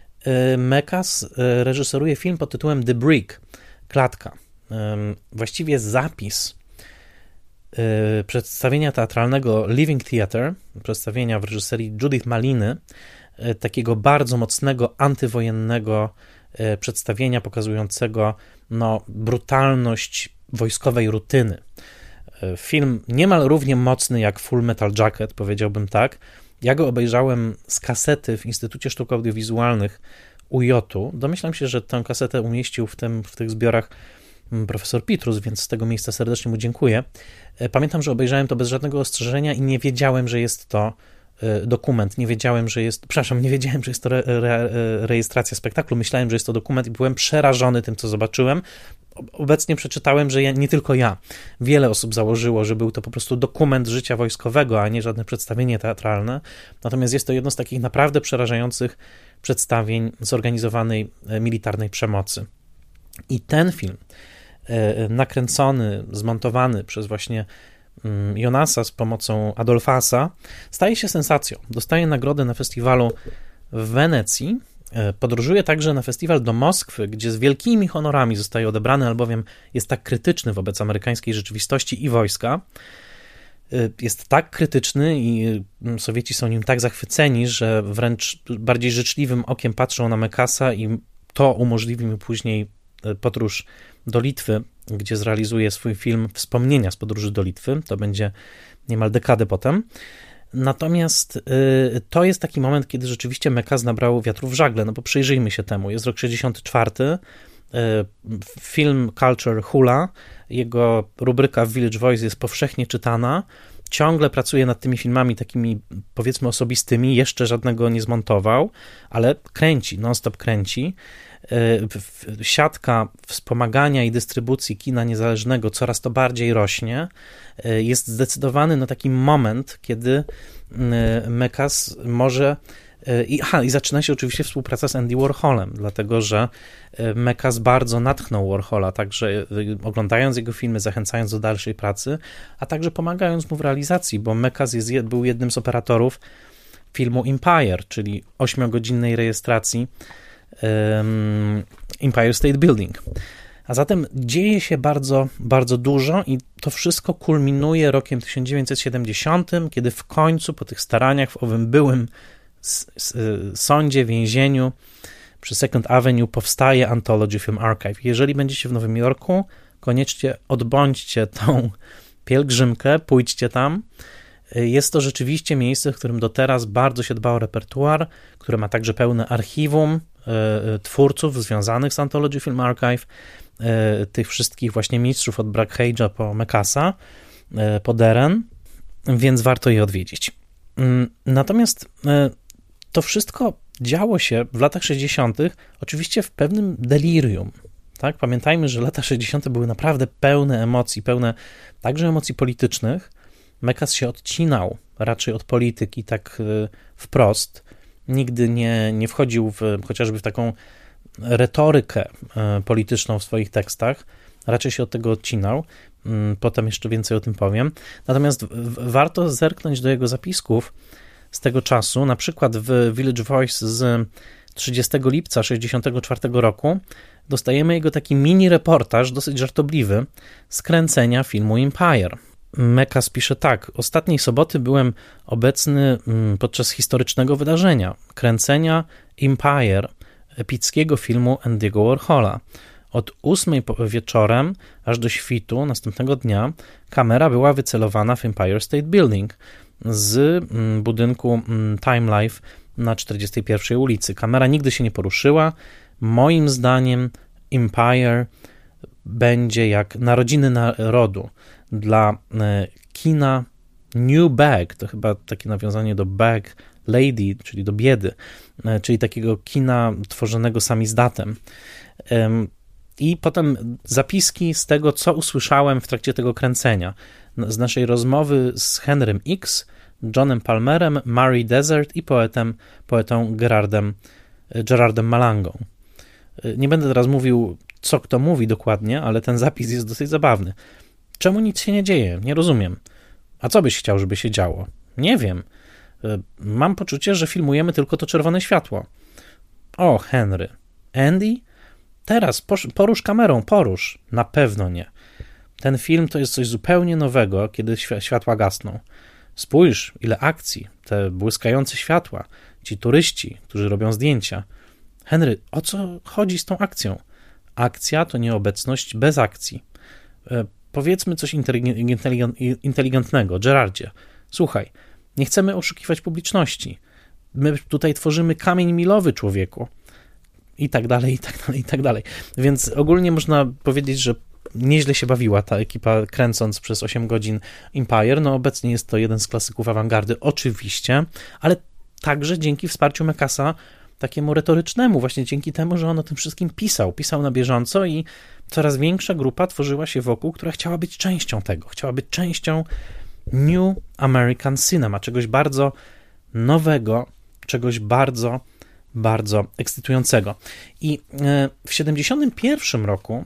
Mekas reżyseruje film pod tytułem The Brick, Klatka. Właściwie zapis przedstawienia teatralnego Living Theatre, przedstawienia w reżyserii Judith Maliny, takiego bardzo mocnego, antywojennego przedstawienia pokazującego no, brutalność wojskowej rutyny. Film niemal równie mocny jak Full Metal Jacket, powiedziałbym tak. Ja go obejrzałem z kasety w Instytucie Sztuk Audiowizualnych U J u. Domyślam się, że tę kasetę umieścił w, tym, w tych zbiorach profesor Pitrus, więc z tego miejsca serdecznie mu dziękuję. Pamiętam, że obejrzałem to bez żadnego ostrzeżenia i nie wiedziałem, że jest to dokument. Nie wiedziałem, że jest, przepraszam, nie wiedziałem, że jest to re, re, rejestracja spektaklu. Myślałem, że jest to dokument i byłem przerażony tym, co zobaczyłem. Obecnie przeczytałem, że ja, nie tylko ja. Wiele osób założyło, że był to po prostu dokument życia wojskowego, a nie żadne przedstawienie teatralne. Natomiast jest to jedno z takich naprawdę przerażających przedstawień zorganizowanej militarnej przemocy. I ten film, nakręcony, zmontowany przez właśnie Jonasa z pomocą Adolfasa, staje się sensacją. Dostaje nagrodę na festiwalu w Wenecji. Podróżuje także na festiwal do Moskwy, gdzie z wielkimi honorami zostaje odebrany, albowiem jest tak krytyczny wobec amerykańskiej rzeczywistości i wojska. Jest tak krytyczny i Sowieci są nim tak zachwyceni, że wręcz bardziej życzliwym okiem patrzą na Mekasa i to umożliwi mu później podróż do Litwy, gdzie zrealizuje swój film Wspomnienia z podróży do Litwy. To będzie niemal dekadę potem. Natomiast y, to jest taki moment, kiedy rzeczywiście Mekas nabrał wiatru w żagle, no bo przyjrzyjmy się temu. Jest rok sześćdziesiąty czwarty, y, film Culture hula, jego rubryka Village Voice jest powszechnie czytana, ciągle pracuje nad tymi filmami takimi, powiedzmy, osobistymi, jeszcze żadnego nie zmontował, ale kręci, non-stop kręci. Siatka wspomagania i dystrybucji kina niezależnego coraz to bardziej rośnie. Jest zdecydowany na taki moment, kiedy Mekas może i, aha, i zaczyna się oczywiście współpraca z Andy Warholem, dlatego że Mekas bardzo natchnął Warhola, także oglądając jego filmy, zachęcając do dalszej pracy, a także pomagając mu w realizacji, bo Mekas jest, był jednym z operatorów filmu Empire, czyli ośmiogodzinnej rejestracji um, Empire State Building. A zatem dzieje się bardzo, bardzo dużo i to wszystko kulminuje rokiem tysiąc dziewięćset siedemdziesiątym, kiedy w końcu po tych staraniach w owym byłym sądzie, więzieniu przy Second Avenue powstaje Anthology Film Archive. Jeżeli będziecie w Nowym Jorku, koniecznie odbądźcie tą pielgrzymkę, pójdźcie tam. Jest to rzeczywiście miejsce, w którym do teraz bardzo się dba o repertuar, które ma także pełne archiwum twórców związanych z Anthology Film Archive, tych wszystkich właśnie mistrzów od Brackhage'a po Mekasa, po Deren, więc warto je odwiedzić. Natomiast to wszystko działo się w latach sześćdziesiątych oczywiście w pewnym delirium. Tak? Pamiętajmy, że lata sześćdziesiąte były naprawdę pełne emocji, pełne także emocji politycznych. Mekas się odcinał raczej od polityki tak wprost. Nigdy nie, nie wchodził w, chociażby w taką retorykę polityczną w swoich tekstach. raczej się od tego odcinał. Potem jeszcze więcej o tym powiem. Natomiast warto zerknąć do jego zapisków z tego czasu, na przykład w Village Voice z trzydziestego lipca sześćdziesiątego czwartego roku dostajemy jego taki mini reportaż, dosyć żartobliwy, z kręcenia filmu Empire. Mekas pisze tak: ostatniej soboty byłem obecny podczas historycznego wydarzenia, kręcenia Empire, epickiego filmu Andy'ego Warhola. Od ósmej wieczorem aż do świtu następnego dnia kamera była wycelowana w Empire State Building z budynku Time Life na czterdziestej pierwszej ulicy. Kamera nigdy się nie poruszyła. Moim zdaniem Empire będzie jak Narodziny Narodu dla kina New Bag, to chyba takie nawiązanie do Bag Lady, czyli do biedy, czyli takiego kina tworzonego samizdatem. I potem zapiski z tego, co usłyszałem w trakcie tego kręcenia. Z naszej rozmowy z Henrym X, Johnem Palmerem, Murray Desert i poetem, poetą Gerardem, Gerardem Malangą. Nie będę teraz mówił, co kto mówi dokładnie, ale ten zapis jest dosyć zabawny. Czemu nic się nie dzieje? Nie rozumiem. A co byś chciał, żeby się działo? Nie wiem. Mam poczucie, że filmujemy tylko to czerwone światło. O, Henry. Andy? Teraz porusz kamerą, porusz. Na pewno nie. Ten film to jest coś zupełnie nowego, kiedy światła gasną. Spójrz, ile akcji, te błyskające światła, ci turyści, którzy robią zdjęcia. Henry, o co chodzi z tą akcją? Akcja to nieobecność bez akcji. E, powiedzmy coś inteligentnego. Gerardzie, słuchaj, nie chcemy oszukiwać publiczności. My tutaj tworzymy kamień milowy, człowieku. I tak dalej, i tak dalej, i tak dalej. Więc ogólnie można powiedzieć, że nieźle się bawiła ta ekipa, kręcąc przez osiem godzin Empire. No obecnie jest to jeden z klasyków awangardy, oczywiście, ale także dzięki wsparciu Mekasa takiemu retorycznemu, właśnie dzięki temu, że on o tym wszystkim pisał, pisał na bieżąco i coraz większa grupa tworzyła się wokół, która chciała być częścią tego, chciała być częścią New American Cinema, czegoś bardzo nowego, czegoś bardzo bardzo ekscytującego. I w siedemdziesiątym pierwszym roku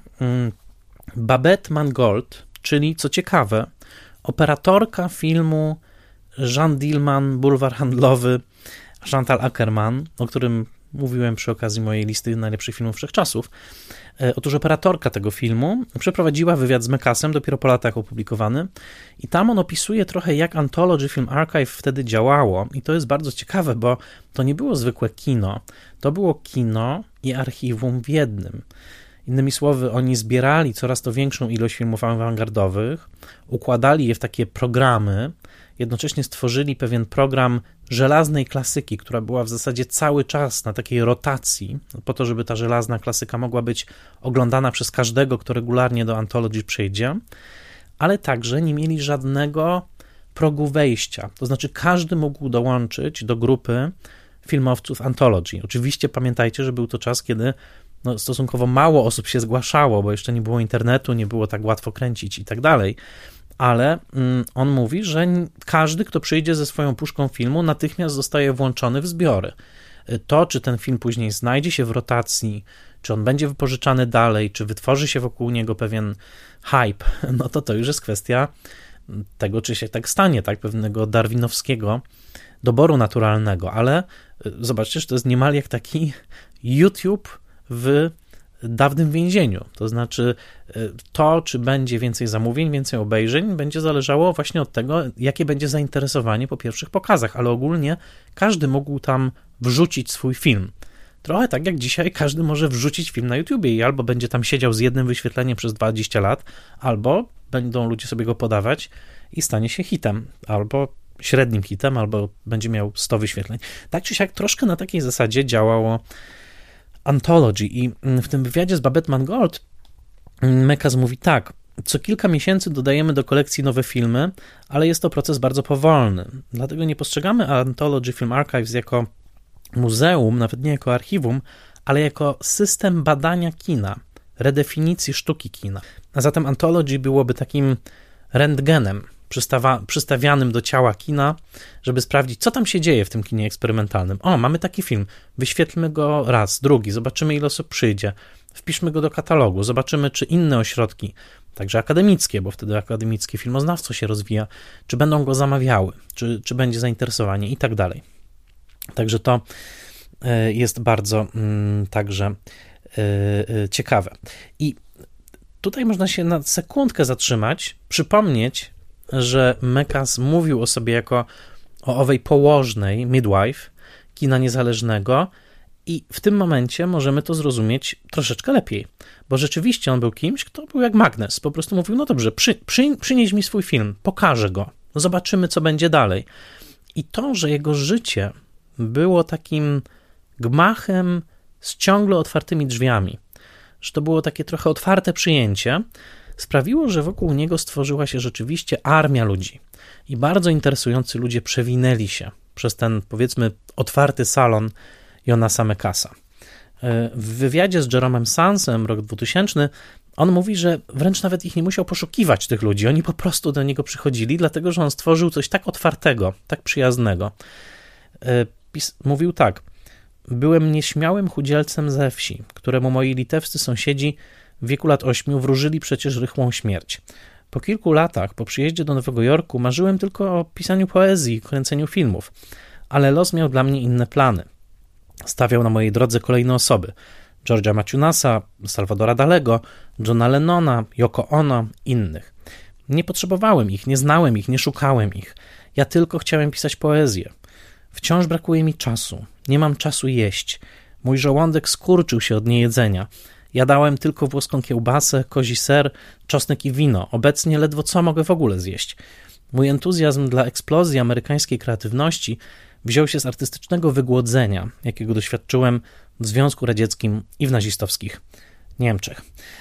Babette Mangold, czyli co ciekawe, operatorka filmu Jeanne Dielman, Bulwar Handlowy, Chantal Akerman, o którym mówiłem przy okazji mojej listy najlepszych filmów wszechczasów. Otóż operatorka tego filmu przeprowadziła wywiad z Mekasem, dopiero po latach opublikowany, i tam on opisuje trochę, jak Anthology Film Archive wtedy działało, i to jest bardzo ciekawe, bo to nie było zwykłe kino, to było kino i archiwum w jednym. Innymi słowy, oni zbierali coraz to większą ilość filmów awangardowych, układali je w takie programy, jednocześnie stworzyli pewien program żelaznej klasyki, która była w zasadzie cały czas na takiej rotacji, po to, żeby ta żelazna klasyka mogła być oglądana przez każdego, kto regularnie do Anthology przyjdzie, ale także nie mieli żadnego progu wejścia. To znaczy każdy mógł dołączyć do grupy filmowców Anthology. Oczywiście pamiętajcie, że był to czas, kiedy no, stosunkowo mało osób się zgłaszało, bo jeszcze nie było internetu, nie było tak łatwo kręcić i tak dalej. Ale on mówi, że każdy, kto przyjdzie ze swoją puszką filmu, natychmiast zostaje włączony w zbiory. To, czy ten film później znajdzie się w rotacji, czy on będzie wypożyczany dalej, czy wytworzy się wokół niego pewien hype, no to to już jest kwestia tego, czy się tak stanie, tak, pewnego darwinowskiego doboru naturalnego. Ale zobaczcie, że to jest niemal jak taki YouTube w dawnym więzieniu. To znaczy to, czy będzie więcej zamówień, więcej obejrzeń, będzie zależało właśnie od tego, jakie będzie zainteresowanie po pierwszych pokazach, ale ogólnie każdy mógł tam wrzucić swój film. Trochę tak jak dzisiaj każdy może wrzucić film na YouTubie i albo będzie tam siedział z jednym wyświetleniem przez dwadzieścia lat, albo będą ludzie sobie go podawać i stanie się hitem, albo średnim hitem, albo będzie miał sto wyświetleń. Tak czy siak troszkę na takiej zasadzie działało Anthology i w tym wywiadzie z Babette Mangold Mekas mówi tak: co kilka miesięcy dodajemy do kolekcji nowe filmy, ale jest to proces bardzo powolny. Dlatego nie postrzegamy Anthology Film Archives jako muzeum, nawet nie jako archiwum, ale jako system badania kina, redefinicji sztuki kina. A zatem Anthology byłoby takim rentgenem przystawa, przystawianym do ciała kina, żeby sprawdzić, co tam się dzieje w tym kinie eksperymentalnym. O, mamy taki film, wyświetlmy go raz, drugi, zobaczymy, ile osób przyjdzie. wpiszmy go do katalogu, zobaczymy, czy inne ośrodki, także akademickie, bo wtedy akademickie filmoznawstwo się rozwija, czy będą go zamawiały, czy, czy będzie zainteresowanie i tak dalej. Także to jest bardzo mm, także yy, ciekawe. I tutaj można się na sekundkę zatrzymać, przypomnieć, że Mekas mówił o sobie jako o owej położnej, midwife, kina niezależnego i w tym momencie możemy to zrozumieć troszeczkę lepiej, bo rzeczywiście on był kimś, kto był jak magnes, po prostu mówił, no dobrze, przy, przy, przynieś mi swój film, pokażę go, zobaczymy, co będzie dalej. I to, że jego życie było takim gmachem z ciągle otwartymi drzwiami, że to było takie trochę otwarte przyjęcie, sprawiło, że wokół niego stworzyła się rzeczywiście armia ludzi i bardzo interesujący ludzie przewinęli się przez ten, powiedzmy, otwarty salon Jonasa Mekasa. W wywiadzie z Jeromem Sansem, rok dwutysięczny, on mówi, że wręcz nawet ich nie musiał poszukiwać, tych ludzi, oni po prostu do niego przychodzili, dlatego, że on stworzył coś tak otwartego, tak przyjaznego. Mówił tak: byłem nieśmiałym chudzielcem ze wsi, któremu moi litewscy sąsiedzi w wieku lat ośmiu wróżyli przecież rychłą śmierć. Po kilku latach, po przyjeździe do Nowego Jorku, marzyłem tylko o pisaniu poezji i kręceniu filmów, ale los miał dla mnie inne plany. Stawiał na mojej drodze kolejne osoby: George'a Maciunasa, Salvadora Dalego, Johna Lennona, Yoko Ono, innych. Nie potrzebowałem ich, nie znałem ich, nie szukałem ich. Ja tylko chciałem pisać poezję. Wciąż brakuje mi czasu. Nie mam czasu jeść. Mój żołądek skurczył się od niejedzenia. Jadałem tylko włoską kiełbasę, kozi ser, czosnek i wino. Obecnie ledwo co mogę w ogóle zjeść. Mój entuzjazm dla eksplozji amerykańskiej kreatywności wziął się z artystycznego wygłodzenia, jakiego doświadczyłem w Związku Radzieckim i w nazistowskich Niemczech.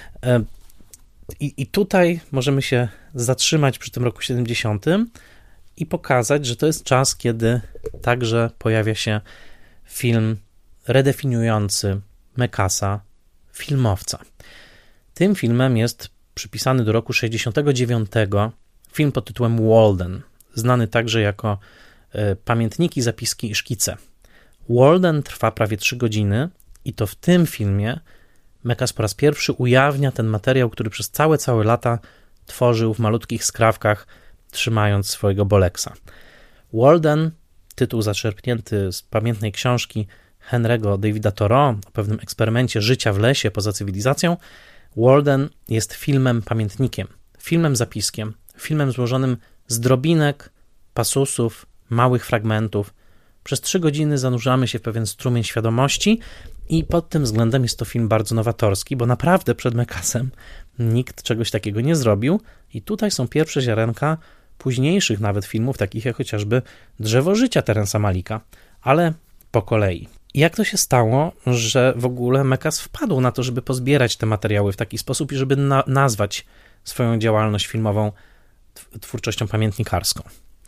I, i tutaj możemy się zatrzymać przy tym roku siedemdziesiątym i pokazać, że to jest czas, kiedy także pojawia się film redefiniujący Mekasa, filmowca. Tym filmem jest przypisany do roku sześćdziesiątego dziewiątego film pod tytułem Walden, znany także jako Pamiętniki, zapiski i szkice. Walden trwa prawie trzy godziny i to w tym filmie Mekas po raz pierwszy ujawnia ten materiał, który przez całe, całe lata tworzył w malutkich skrawkach, trzymając swojego Boleksa. Walden, tytuł zaczerpnięty z pamiętnej książki Henry'ego Davida Thoreau o pewnym eksperymencie życia w lesie poza cywilizacją. Walden jest filmem pamiętnikiem, filmem zapiskiem, filmem złożonym z drobinek, pasusów, małych fragmentów. Przez trzy godziny zanurzamy się w pewien strumień świadomości i pod tym względem jest to film bardzo nowatorski, bo naprawdę przed Mekasem nikt czegoś takiego nie zrobił i tutaj są pierwsze ziarenka późniejszych nawet filmów, takich jak chociażby Drzewo życia Terensa Malika, ale po kolei. I jak to się stało, że w ogóle Mekas wpadł na to, żeby pozbierać te materiały w taki sposób i żeby na- nazwać swoją działalność filmową twórczością pamiętnikarską?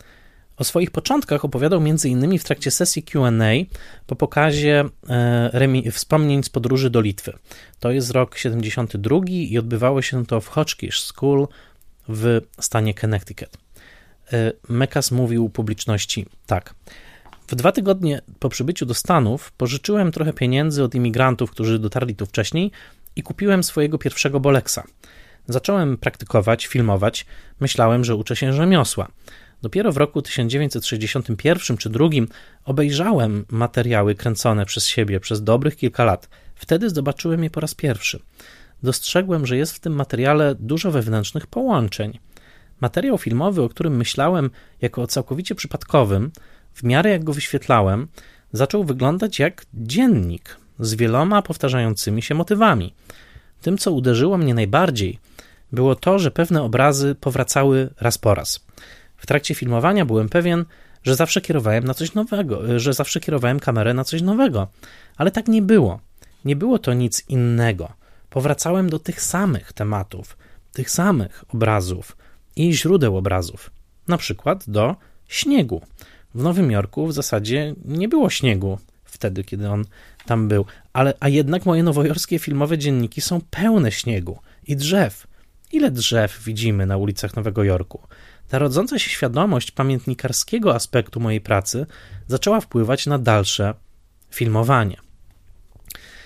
O swoich początkach opowiadał m.in. w trakcie sesji Q and A po pokazie e, remi- wspomnień z podróży do Litwy. To jest rok siedemdziesiąty drugi i odbywało się to w Hotchkiss School w stanie Connecticut. E, Mekas mówił publiczności tak: w dwa tygodnie po przybyciu do Stanów pożyczyłem trochę pieniędzy od imigrantów, którzy dotarli tu wcześniej i kupiłem swojego pierwszego Boleksa. Zacząłem praktykować, filmować, myślałem, że uczę się rzemiosła. Dopiero w roku tysiąc dziewięćset sześćdziesiątym pierwszym czy drugim obejrzałem materiały kręcone przez siebie przez dobrych kilka lat. Wtedy zobaczyłem je po raz pierwszy. Dostrzegłem, że jest w tym materiale dużo wewnętrznych połączeń. Materiał filmowy, o którym myślałem jako o całkowicie przypadkowym, w miarę jak go wyświetlałem, zaczął wyglądać jak dziennik z wieloma powtarzającymi się motywami. Tym, co uderzyło mnie najbardziej, było to, że pewne obrazy powracały raz po raz. W trakcie filmowania byłem pewien, że zawsze kierowałem na coś nowego, że zawsze kierowałem kamerę na coś nowego, ale tak nie było. Nie było to nic innego. Powracałem do tych samych tematów, tych samych obrazów i źródeł obrazów. Na przykład do śniegu. W Nowym Jorku w zasadzie nie było śniegu wtedy, kiedy on tam był, ale a jednak moje nowojorskie filmowe dzienniki są pełne śniegu i drzew. Ile drzew widzimy na ulicach Nowego Jorku? Ta rodząca się świadomość pamiętnikarskiego aspektu mojej pracy zaczęła wpływać na dalsze filmowanie.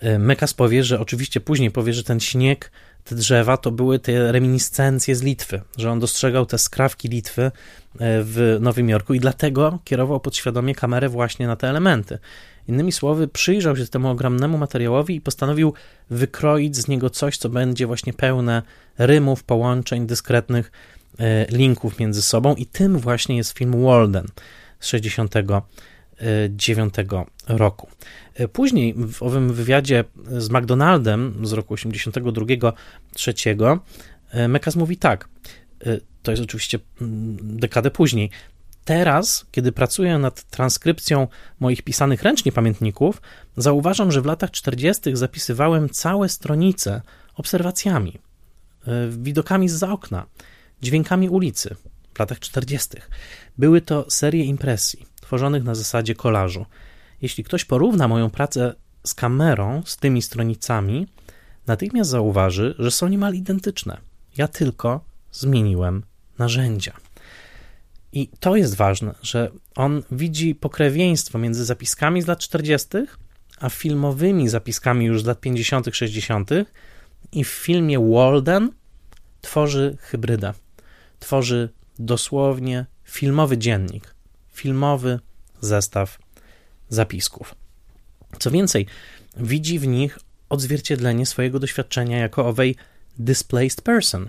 Mekas powie, że oczywiście później powie, że ten śnieg, te drzewa to były te reminiscencje z Litwy, że on dostrzegał te skrawki Litwy w Nowym Jorku i dlatego kierował podświadomie kamerę właśnie na te elementy. Innymi słowy, przyjrzał się temu ogromnemu materiałowi i postanowił wykroić z niego coś, co będzie właśnie pełne rymów, połączeń, dyskretnych linków między sobą i tym właśnie jest film Walden z sześćdziesiątego dziewiątego roku. Później w owym wywiadzie z McDonaldem z roku osiemdziesiątego drugiego trzeciego Mekas mówi tak, to jest oczywiście dekadę później, teraz, kiedy pracuję nad transkrypcją moich pisanych ręcznie pamiętników, zauważam, że w latach czterdziestych zapisywałem całe stronice obserwacjami, widokami zza okna, dźwiękami ulicy w latach czterdziestych. Były to serie impresji, tworzonych na zasadzie kolażu. Jeśli ktoś porówna moją pracę z kamerą, z tymi stronicami, natychmiast zauważy, że są niemal identyczne. Ja tylko zmieniłem narzędzia. I to jest ważne, że on widzi pokrewieństwo między zapiskami z lat czterdziestych, a filmowymi zapiskami już z lat pięćdziesiątych, sześćdziesiątych i w filmie Walden tworzy hybrydę. Tworzy dosłownie filmowy dziennik, filmowy zestaw zapisków. Co więcej, widzi w nich odzwierciedlenie swojego doświadczenia jako owej displaced person.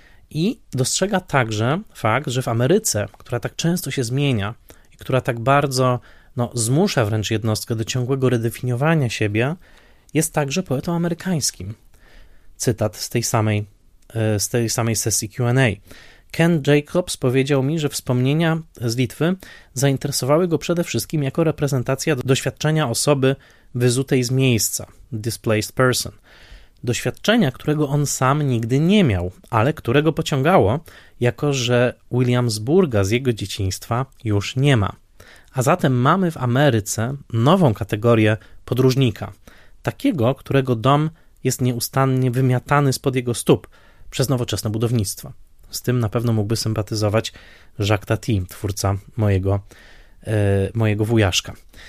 I dostrzega także fakt, że w Ameryce, która tak często się zmienia i która tak bardzo no, zmusza wręcz jednostkę do ciągłego redefiniowania siebie, jest także poetą amerykańskim. Cytat z tej samej, z tej samej sesji Q and A. Ken Jacobs powiedział mi, że wspomnienia z Litwy zainteresowały go przede wszystkim jako reprezentacja doświadczenia osoby wyzutej z miejsca, displaced person. Doświadczenia, którego on sam nigdy nie miał, ale którego pociągało, jako że Williamsburga z jego dzieciństwa już nie ma. A zatem mamy w Ameryce nową kategorię podróżnika, takiego, którego dom jest nieustannie wymiatany spod jego stóp przez nowoczesne budownictwo. Z tym na pewno mógłby sympatyzować Jacques Tati, twórca mojego, e, mojego wujaszka.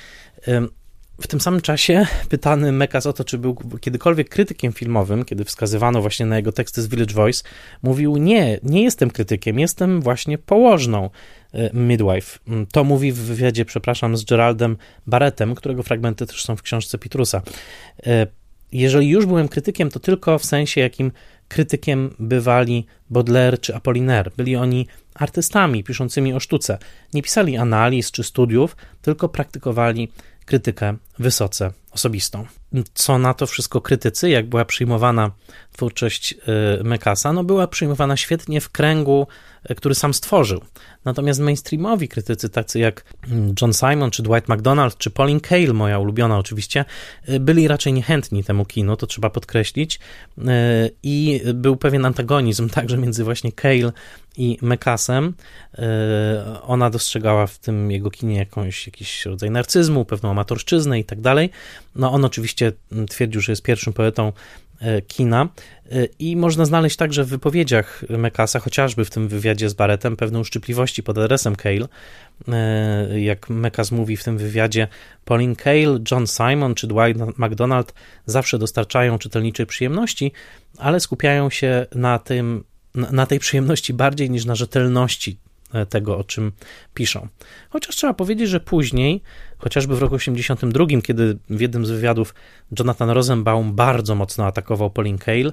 E, w tym samym czasie pytany Mekas o to, czy był kiedykolwiek krytykiem filmowym, kiedy wskazywano właśnie na jego teksty z Village Voice, mówił: nie, nie jestem krytykiem, jestem właśnie położną e, midwife. To mówi w wywiadzie, przepraszam, z Geraldem Barrettem, którego fragmenty też są w książce Petrusa. E, jeżeli już byłem krytykiem, to tylko w sensie, jakim krytykiem bywali Baudelaire czy Apollinaire. Byli oni artystami piszącymi o sztuce. Nie pisali analiz czy studiów, tylko praktykowali krytykę wysoce osobistą. Co na to wszystko krytycy, jak była przyjmowana twórczość Mekasa? No była przyjmowana świetnie w kręgu, który sam stworzył. Natomiast mainstreamowi krytycy, tacy jak John Simon, czy Dwight MacDonald, czy Pauline Kael, moja ulubiona oczywiście, byli raczej niechętni temu kinu, to trzeba podkreślić. I był pewien antagonizm także między właśnie Kael i Mekasem. Ona dostrzegała w tym jego kinie jakąś, jakiś rodzaj narcyzmu, pewną amatorszczyznę i tak dalej. No on oczywiście twierdził, że jest pierwszym poetą kina i można znaleźć także w wypowiedziach Mekasa, chociażby w tym wywiadzie z Barrettem, pewne uszczypliwości pod adresem Kael. Jak Mekas mówi w tym wywiadzie, Pauline Kael, John Simon czy Dwight MacDonald zawsze dostarczają czytelniczej przyjemności, ale skupiają się na tym, na tej przyjemności bardziej niż na rzetelności tego, o czym piszą. Chociaż trzeba powiedzieć, że później, chociażby w roku osiemdziesiątym drugim, kiedy w jednym z wywiadów Jonathan Rosenbaum bardzo mocno atakował Pauline Kael,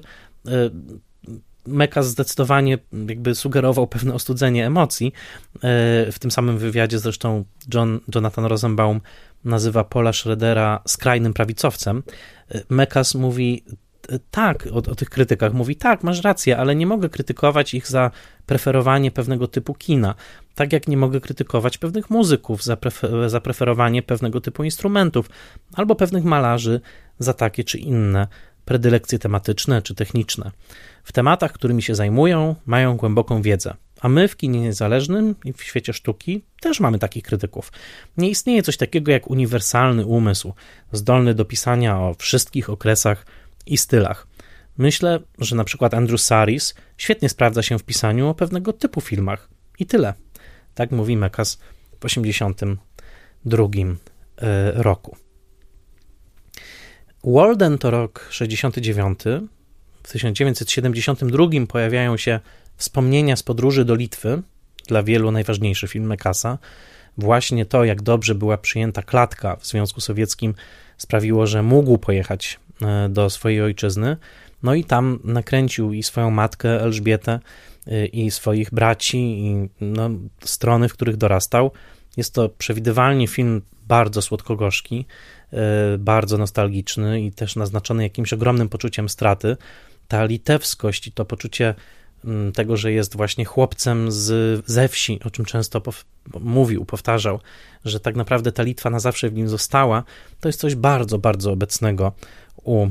Mekas zdecydowanie jakby sugerował pewne ostudzenie emocji. W tym samym wywiadzie zresztą John, Jonathan Rosenbaum nazywa Paula Schroedera skrajnym prawicowcem. Mekas mówi tak, o, o tych krytykach, mówi tak, masz rację, ale nie mogę krytykować ich za preferowanie pewnego typu kina, tak jak nie mogę krytykować pewnych muzyków za, prefer- za preferowanie pewnego typu instrumentów, albo pewnych malarzy za takie czy inne predylekcje tematyczne czy techniczne. W tematach, którymi się zajmują, mają głęboką wiedzę, a my w kinie niezależnym i w świecie sztuki też mamy takich krytyków. Nie istnieje coś takiego jak uniwersalny umysł, zdolny do pisania o wszystkich okresach i stylach. Myślę, że na przykład Andrew Saris świetnie sprawdza się w pisaniu o pewnego typu filmach. I tyle. Tak mówi Mekas w osiemdziesiątym drugim roku. Walden to rok sześćdziesiąty dziewiąty. W tysiąc dziewięćset siedemdziesiątym drugim pojawiają się Wspomnienia z podróży do Litwy, dla wielu najważniejszy film Mekasa. Właśnie to, jak dobrze była przyjęta klatka w Związku Sowieckim, sprawiło, że mógł pojechać do swojej ojczyzny. No i tam nakręcił i swoją matkę Elżbietę, i swoich braci, i no, strony, w których dorastał. Jest to przewidywalnie film bardzo słodko-gorzki, bardzo nostalgiczny i też naznaczony jakimś ogromnym poczuciem straty. Ta litewskość i to poczucie tego, że jest właśnie chłopcem z, ze wsi, o czym często pow, mówił, powtarzał, że tak naprawdę ta Litwa na zawsze w nim została, to jest coś bardzo, bardzo obecnego u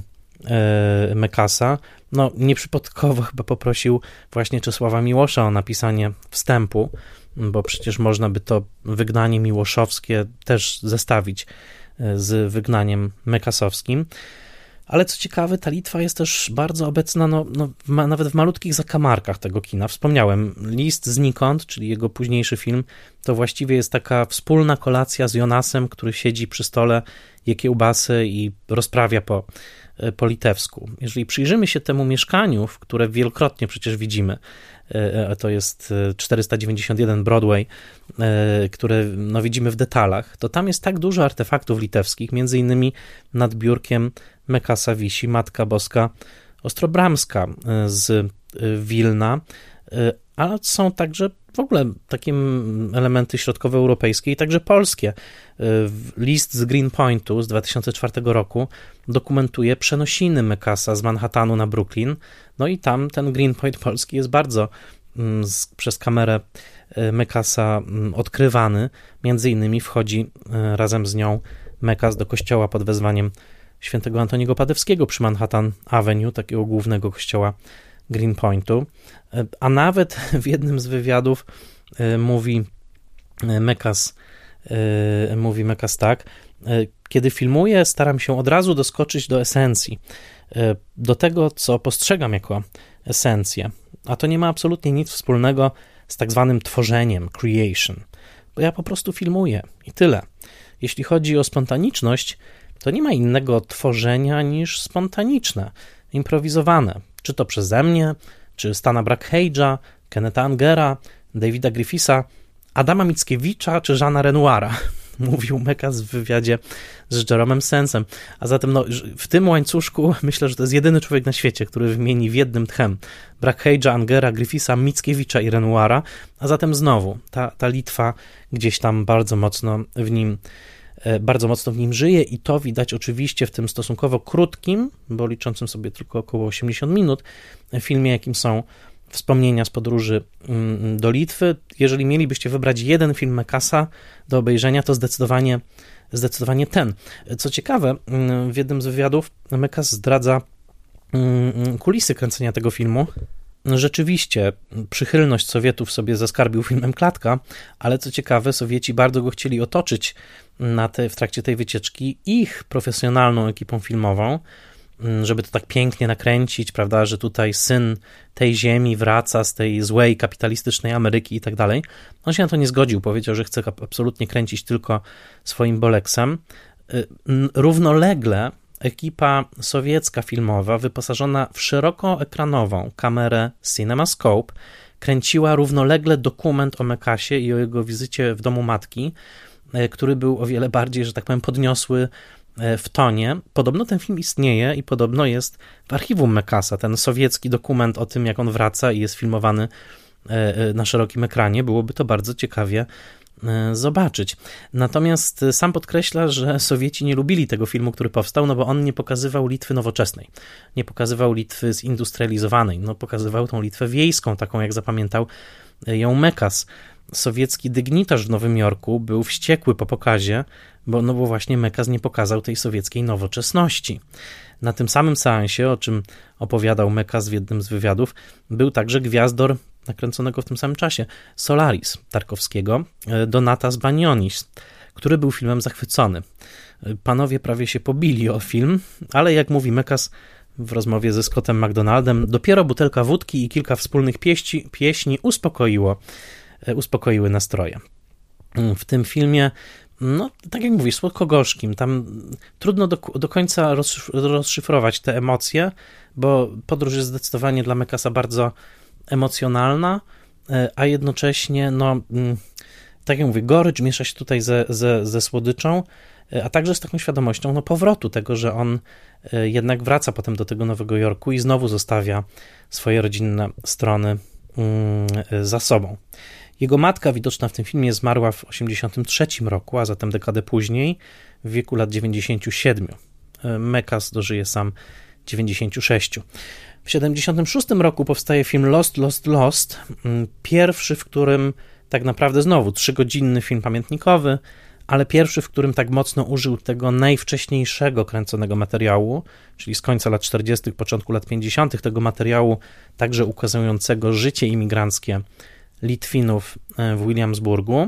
e, Mekasa. No, nieprzypadkowo chyba poprosił właśnie Czesława Miłosza o napisanie wstępu, bo przecież można by to wygnanie miłoszowskie też zestawić z wygnaniem mekasowskim. Ale co ciekawe, ta Litwa jest też bardzo obecna, no, no, ma, nawet w malutkich zakamarkach tego kina. Wspomniałem, List znikąd, czyli jego późniejszy film, to właściwie jest taka wspólna kolacja z Jonasem, który siedzi przy stole, je kiełbasy i rozprawia po, po litewsku. Jeżeli przyjrzymy się temu mieszkaniu, które wielokrotnie przecież widzimy, to jest czterysta dziewięćdziesiąt jeden Broadway, które no, widzimy w detalach, to tam jest tak dużo artefaktów litewskich, między innymi nad biurkiem Mekasa wisi Matka Boska Ostrobramska z Wilna, ale są także w ogóle takie elementy środkowoeuropejskie i także polskie. List z Greenpointu z dwa tysiące czwartego roku dokumentuje przenosiny Mekasa z Manhattanu na Brooklyn, no i tam ten Greenpoint polski jest bardzo z, przez kamerę Mekasa odkrywany. Między innymi wchodzi razem z nią Mekas do kościoła pod wezwaniem świętego Antoniego Padewskiego przy Manhattan Avenue, takiego głównego kościoła Greenpointu, a nawet w jednym z wywiadów mówi Mekas, mówi Mekas tak: kiedy filmuję, staram się od razu doskoczyć do esencji, do tego, co postrzegam jako esencję, a to nie ma absolutnie nic wspólnego z tak zwanym tworzeniem, creation, bo ja po prostu filmuję i tyle. Jeśli chodzi o spontaniczność, to nie ma innego tworzenia niż spontaniczne, improwizowane, czy to przeze mnie, czy Stana Brackhage'a, Kennetha Angera, Davida Griffisa, Adama Mickiewicza, czy Jeana Renoira, mówił Mekas w wywiadzie z Jeromem Sensem. A zatem no, w tym łańcuszku myślę, że to jest jedyny człowiek na świecie, który wymieni w jednym tchem Brackhage'a, Angera, Griffisa, Mickiewicza i Renoira, a zatem znowu ta, ta Litwa gdzieś tam bardzo mocno w nim bardzo mocno w nim żyje i to widać oczywiście w tym stosunkowo krótkim, bo liczącym sobie tylko około osiemdziesiąt minut, filmie, jakim są Wspomnienia z podróży do Litwy. Jeżeli mielibyście wybrać jeden film Mekasa do obejrzenia, to zdecydowanie, zdecydowanie ten. Co ciekawe, w jednym z wywiadów Mekas zdradza kulisy kręcenia tego filmu. Rzeczywiście przychylność Sowietów sobie zaskarbił filmem Klatka, ale co ciekawe, Sowieci bardzo go chcieli otoczyć na te, w trakcie tej wycieczki ich profesjonalną ekipą filmową, żeby to tak pięknie nakręcić, prawda, że tutaj syn tej ziemi wraca z tej złej kapitalistycznej Ameryki i tak dalej. On się na to nie zgodził, powiedział, że chce absolutnie kręcić tylko swoim boleksem. Równolegle ekipa sowiecka filmowa, wyposażona w szerokoekranową kamerę CinemaScope, kręciła równolegle dokument o Mekasie i o jego wizycie w domu matki, który był o wiele bardziej, że tak powiem, podniosły w tonie. Podobno ten film istnieje i podobno jest w archiwum Mekasa, ten sowiecki dokument o tym, jak on wraca i jest filmowany na szerokim ekranie. Byłoby to bardzo ciekawie zobaczyć. Natomiast sam podkreśla, że Sowieci nie lubili tego filmu, który powstał, no bo on nie pokazywał Litwy nowoczesnej, nie pokazywał Litwy zindustrializowanej, no pokazywał tą Litwę wiejską, taką jak zapamiętał ją Mekas. Sowiecki dygnitarz w Nowym Jorku był wściekły po pokazie, bo, no bo właśnie Mekas nie pokazał tej sowieckiej nowoczesności. Na tym samym seansie, o czym opowiadał Mekas w jednym z wywiadów, był także Gwiazdor nakręconego w tym samym czasie, Solaris Tarkowskiego, Donatas Banionis, który był filmem zachwycony. Panowie prawie się pobili o film, ale jak mówi Mekas w rozmowie ze Scottem McDonaldem, dopiero butelka wódki i kilka wspólnych pieści, pieśni uspokoiło, uspokoiły nastroje. W tym filmie no tak jak mówisz, słodko-gorzkim. Tam trudno do, do końca rozszyfrować te emocje, bo podróż jest zdecydowanie dla Mekasa bardzo emocjonalna, a jednocześnie, no, tak jak mówię, gorycz miesza się tutaj ze, ze, ze słodyczą, a także z taką świadomością no, powrotu tego, że on jednak wraca potem do tego Nowego Jorku i znowu zostawia swoje rodzinne strony za sobą. Jego matka widoczna w tym filmie zmarła w osiemdziesiątym trzecim roku, a zatem dekadę później, w wieku lat dziewięćdziesięciu siedmiu. Mekas dożyje sam dziewięćdziesięciu sześciu. W siedemdziesiątym szóstym roku powstaje film Lost, Lost, Lost, pierwszy, w którym tak naprawdę znowu trzygodzinny film pamiętnikowy, ale pierwszy, w którym tak mocno użył tego najwcześniejszego kręconego materiału, czyli z końca lat czterdziestych, początku lat pięćdziesiątych, tego materiału także ukazującego życie imigranckie Litwinów w Williamsburgu,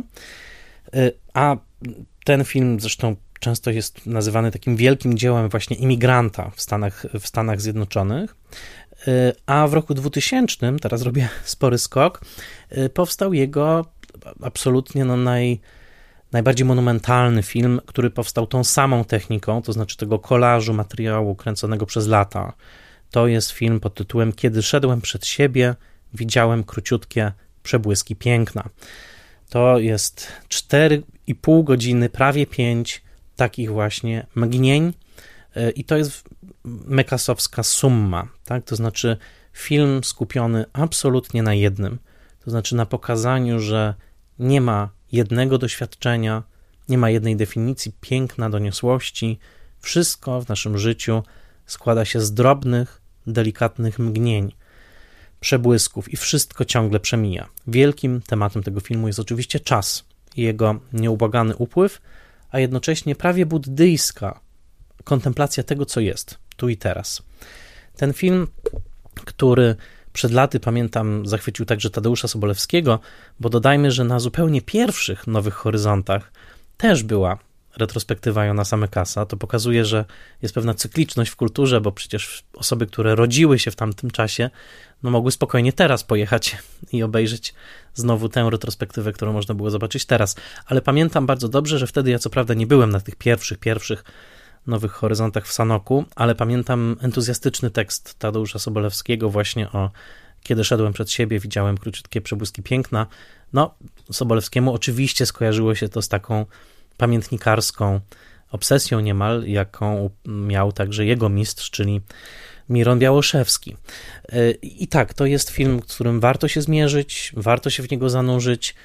a ten film zresztą często jest nazywany takim wielkim dziełem właśnie imigranta w Stanach, w Stanach Zjednoczonych, a w roku dwutysięcznym, teraz robię spory skok, powstał jego absolutnie no naj, najbardziej monumentalny film, który powstał tą samą techniką, to znaczy tego kolażu materiału kręconego przez lata. To jest film pod tytułem Kiedy szedłem przed siebie, widziałem króciutkie przebłyski piękna. To jest cztery i pół godziny, prawie pięć takich właśnie mgnień i to jest mekasowska summa, tak? To znaczy film skupiony absolutnie na jednym, to znaczy na pokazaniu, że nie ma jednego doświadczenia, nie ma jednej definicji piękna, doniosłości, wszystko w naszym życiu składa się z drobnych, delikatnych mgnień, przebłysków i wszystko ciągle przemija. Wielkim tematem tego filmu jest oczywiście czas i jego nieubłagany upływ, a jednocześnie prawie buddyjska kontemplacja tego, co jest, tu i teraz. Ten film, który przed laty, pamiętam, zachwycił także Tadeusza Sobolewskiego, bo dodajmy, że na zupełnie pierwszych Nowych Horyzontach też była retrospektywa Jonasa Mekasa. To pokazuje, że jest pewna cykliczność w kulturze, bo przecież osoby, które rodziły się w tamtym czasie, no mogły spokojnie teraz pojechać i obejrzeć znowu tę retrospektywę, którą można było zobaczyć teraz. Ale pamiętam bardzo dobrze, że wtedy ja co prawda nie byłem na tych pierwszych, pierwszych Nowych Horyzontach w Sanoku, ale pamiętam entuzjastyczny tekst Tadeusza Sobolewskiego właśnie o Kiedy szedłem przed siebie, widziałem króciutkie przebłyski piękna. No, Sobolewskiemu oczywiście skojarzyło się to z taką pamiętnikarską obsesją niemal, jaką miał także jego mistrz, czyli Miron Białoszewski. I tak, to jest film, z którym warto się zmierzyć, warto się w niego zanurzyć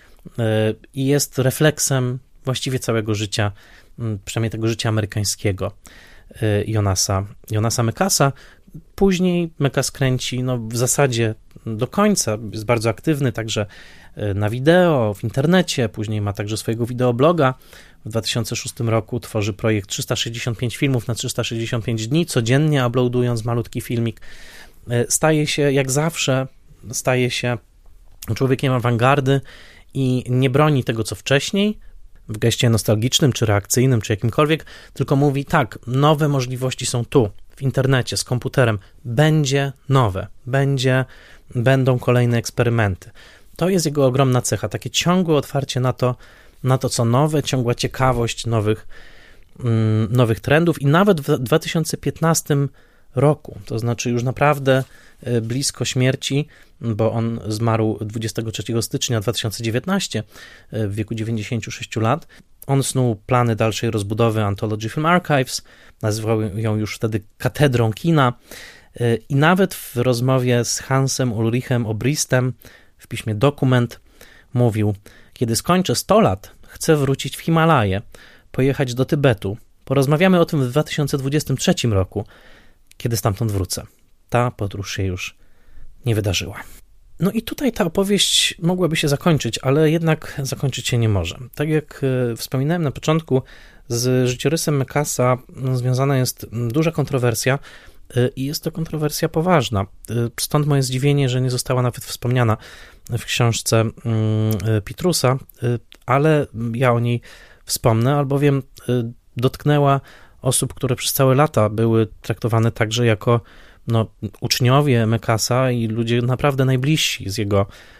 i jest refleksem właściwie całego życia, przynajmniej tego życia amerykańskiego Jonasa, Jonasa Mekasa. Później Mekas kręci no, w zasadzie do końca, jest bardzo aktywny także na wideo, w internecie, później ma także swojego wideobloga. W dwa tysiące szóstym roku tworzy projekt trzysta sześćdziesiąt pięć filmów na trzysta sześćdziesiąt pięć dni, codziennie uploadując malutki filmik. Staje się, jak zawsze, staje się człowiekiem awangardy i nie broni tego, co wcześniej, w geście nostalgicznym, czy reakcyjnym, czy jakimkolwiek, tylko mówi tak, nowe możliwości są tu, w internecie, z komputerem, będzie nowe, będzie, będą kolejne eksperymenty. To jest jego ogromna cecha, takie ciągłe otwarcie na to, na to co nowe, ciągła ciekawość nowych, mm, nowych trendów i nawet w dwa tysiące piętnastym roku, to znaczy już naprawdę blisko śmierci, bo on zmarł dwudziestego trzeciego stycznia dwa tysiące dziewiętnastego w wieku dziewięćdziesięciu sześciu lat. On snuł plany dalszej rozbudowy Anthology Film Archives, nazywał ją już wtedy Katedrą Kina i nawet w rozmowie z Hansem Ulrichem Obristem w piśmie Dokument mówił: kiedy skończę sto lat, chcę wrócić w Himalaje, pojechać do Tybetu. Porozmawiamy o tym w dwa tysiące dwudziestym trzecim roku, kiedy stamtąd wrócę. Ta podróż się już nie wydarzyła. No i tutaj ta opowieść mogłaby się zakończyć, ale jednak zakończyć się nie może. Tak jak wspominałem na początku, z życiorysem Mekasa związana jest duża kontrowersja i jest to kontrowersja poważna. Stąd moje zdziwienie, że nie została nawet wspomniana w książce Pitrusa, ale ja o niej wspomnę, albowiem dotknęła osób, które przez całe lata były traktowane także jako no, uczniowie Mekasa i ludzie naprawdę najbliżsi z jego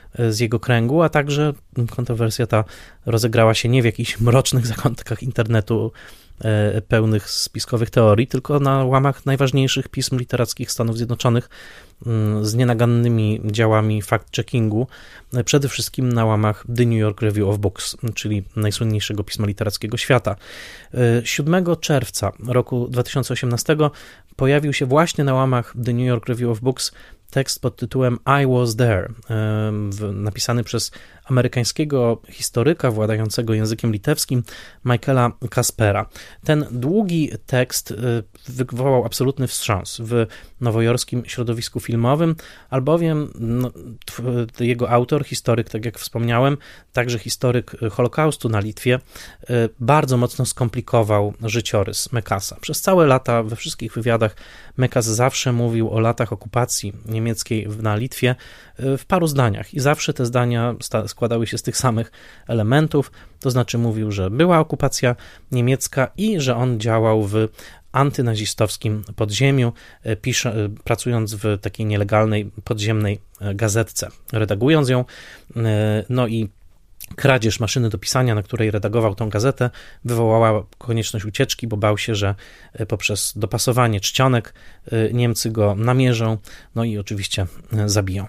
z jego kręgu, a także kontrowersja ta rozegrała się nie w jakichś mrocznych zakątkach internetu pełnych spiskowych teorii, tylko na łamach najważniejszych pism literackich Stanów Zjednoczonych z nienagannymi działami fact-checkingu, przede wszystkim na łamach The New York Review of Books, czyli najsłynniejszego pisma literackiego świata. siódmego czerwca roku dwa tysiące osiemnastego pojawił się właśnie na łamach The New York Review of Books tekst pod tytułem I Was There, napisany przez amerykańskiego historyka władającego językiem litewskim Michaela Kaspera. Ten długi tekst wywołał absolutny wstrząs w nowojorskim środowisku filmowym, albowiem no, jego autor, historyk, tak jak wspomniałem, także historyk Holokaustu na Litwie, bardzo mocno skomplikował życiorys Mekasa. Przez całe lata we wszystkich wywiadach Mekas zawsze mówił o latach okupacji niemieckiej na Litwie w paru zdaniach i zawsze te zdania składały się z tych samych elementów, to znaczy mówił, że była okupacja niemiecka i że on działał w antynazistowskim podziemiu, pisze, pracując w takiej nielegalnej, podziemnej gazetce, redagując ją, no i kradzież maszyny do pisania, na której redagował tą gazetę, wywołała konieczność ucieczki, bo bał się, że poprzez dopasowanie czcionek Niemcy go namierzą, no i oczywiście zabiją.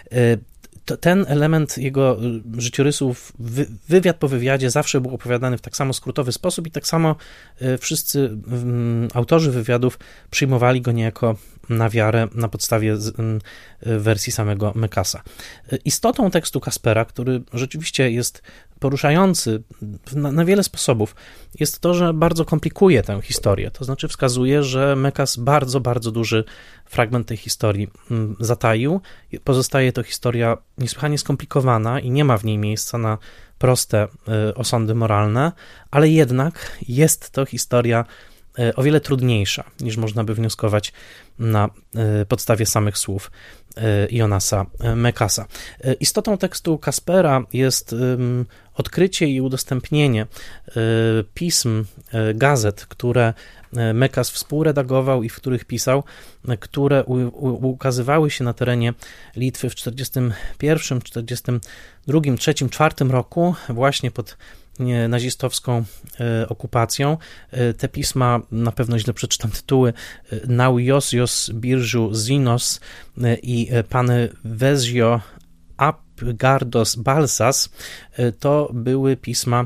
Ten element jego życiorysów, wywiad po wywiadzie zawsze był opowiadany w tak samo skrótowy sposób i tak samo wszyscy autorzy wywiadów przyjmowali go niejako na wiarę na podstawie wersji samego Mekasa. Istotą tekstu Kaspera, który rzeczywiście jest poruszający na, na wiele sposobów, jest to, że bardzo komplikuje tę historię. To znaczy wskazuje, że Mekas bardzo, bardzo duży fragment tej historii zataił. Pozostaje to historia niesłychanie skomplikowana i nie ma w niej miejsca na proste osądy moralne, ale jednak jest to historia o wiele trudniejsza, niż można by wnioskować na podstawie samych słów Jonasa Mekasa. Istotą tekstu Kaspera jest odkrycie i udostępnienie pism, gazet, które Mekas współredagował i w których pisał, które u, u, ukazywały się na terenie Litwy w czterdziestym pierwszym, czterdziestym drugim, trzecim, czwartym roku, właśnie pod nazistowską okupacją. Te pisma, na pewno źle przeczytam tytuły, Naujosios Birżu Zinos i Pany Wezio Apgardos Balsas, to były pisma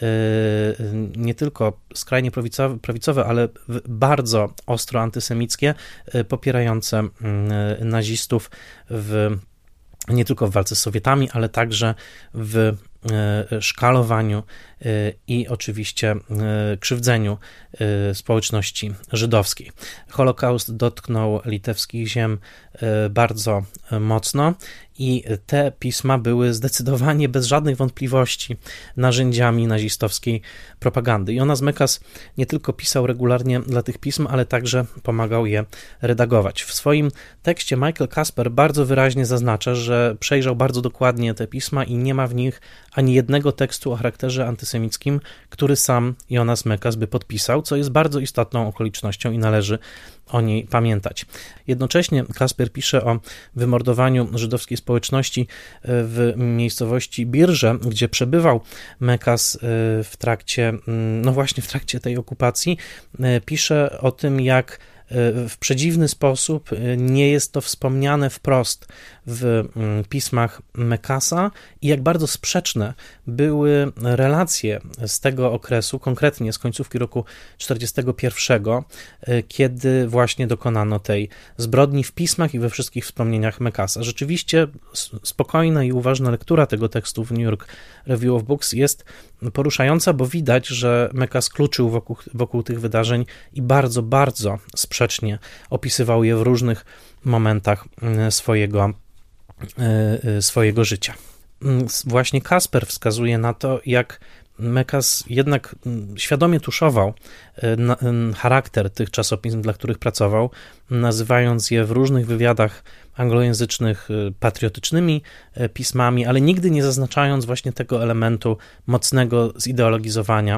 nie tylko skrajnie prawicowe, prawicowe, ale bardzo ostro antysemickie, popierające nazistów w, nie tylko w walce z Sowietami, ale także w szkalowaniu i oczywiście krzywdzeniu społeczności żydowskiej. Holokaust dotknął litewskich ziem bardzo mocno i te pisma były zdecydowanie, bez żadnych wątpliwości, narzędziami nazistowskiej propagandy. Jonas Mekas nie tylko pisał regularnie dla tych pism, ale także pomagał je redagować. W swoim tekście Michael Kasper bardzo wyraźnie zaznacza, że przejrzał bardzo dokładnie te pisma i nie ma w nich ani jednego tekstu o charakterze antysemickim, który sam Jonas Mekas by podpisał, co jest bardzo istotną okolicznością i należy o niej pamiętać. Jednocześnie Kasper pisze o wymordowaniu żydowskiej społeczności w miejscowości Birże, gdzie przebywał Mekas w trakcie, no właśnie w trakcie tej okupacji. Pisze o tym, jak w przedziwny sposób nie jest to wspomniane wprost w pismach Mekasa i jak bardzo sprzeczne były relacje z tego okresu, konkretnie z końcówki roku czterdziestego pierwszego, kiedy właśnie dokonano tej zbrodni w pismach i we wszystkich wspomnieniach Mekasa. Rzeczywiście spokojna i uważna lektura tego tekstu w New York Review of Books jest poruszająca, bo widać, że Mekas kluczył wokół, wokół tych wydarzeń i bardzo, bardzo sprzecznie opisywał je w różnych momentach swojego, swojego życia. Właśnie Kasper wskazuje na to, jak Mekas jednak świadomie tuszował charakter tych czasopism, dla których pracował, nazywając je w różnych wywiadach anglojęzycznych patriotycznymi pismami, ale nigdy nie zaznaczając właśnie tego elementu mocnego zideologizowania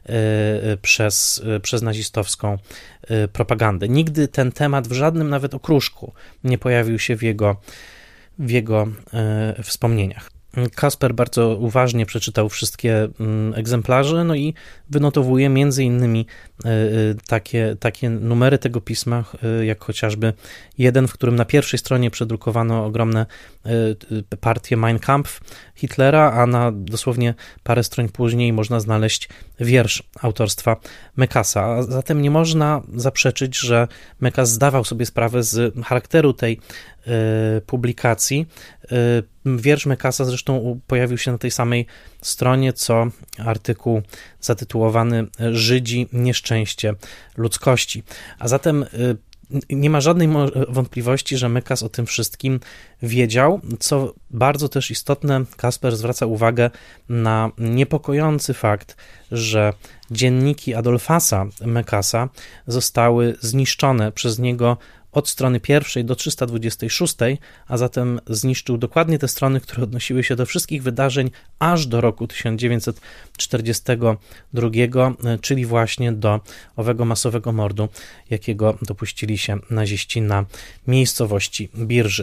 przez, przez nazistowską propagandę. Nigdy ten temat w żadnym nawet okruszku nie pojawił się w jego w jego e, wspomnieniach. Kasper bardzo uważnie przeczytał wszystkie egzemplarze, no i wynotowuje między innymi takie, takie numery tego pisma, jak chociażby jeden, w którym na pierwszej stronie przedrukowano ogromne partie Mein Kampf Hitlera, a na dosłownie parę stron później można znaleźć wiersz autorstwa Mekasa. A zatem nie można zaprzeczyć, że Mekas zdawał sobie sprawę z charakteru tej publikacji. Wiersz Mekasa zresztą pojawił się na tej samej stronie, co artykuł zatytułowany Żydzi, nieszczęście ludzkości. A zatem nie ma żadnej wątpliwości, że Mekas o tym wszystkim wiedział. Co bardzo też istotne, Kasper zwraca uwagę na niepokojący fakt, że dzienniki Adolfasa Mekasa zostały zniszczone przez niego od strony pierwszej do trzysta dwudziestej szóstej, a zatem zniszczył dokładnie te strony, które odnosiły się do wszystkich wydarzeń aż do roku tysiąc dziewięćset czterdziestego drugiego, czyli właśnie do owego masowego mordu, jakiego dopuścili się naziści na miejscowości Birży.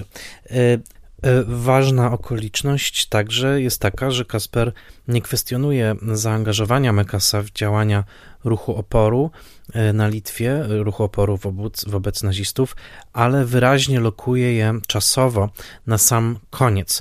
Ważna okoliczność także jest taka, że Kasper nie kwestionuje zaangażowania Mekasa w działania ruchu oporu na Litwie, ruchu oporu wobec, wobec nazistów, ale wyraźnie lokuje je czasowo na sam koniec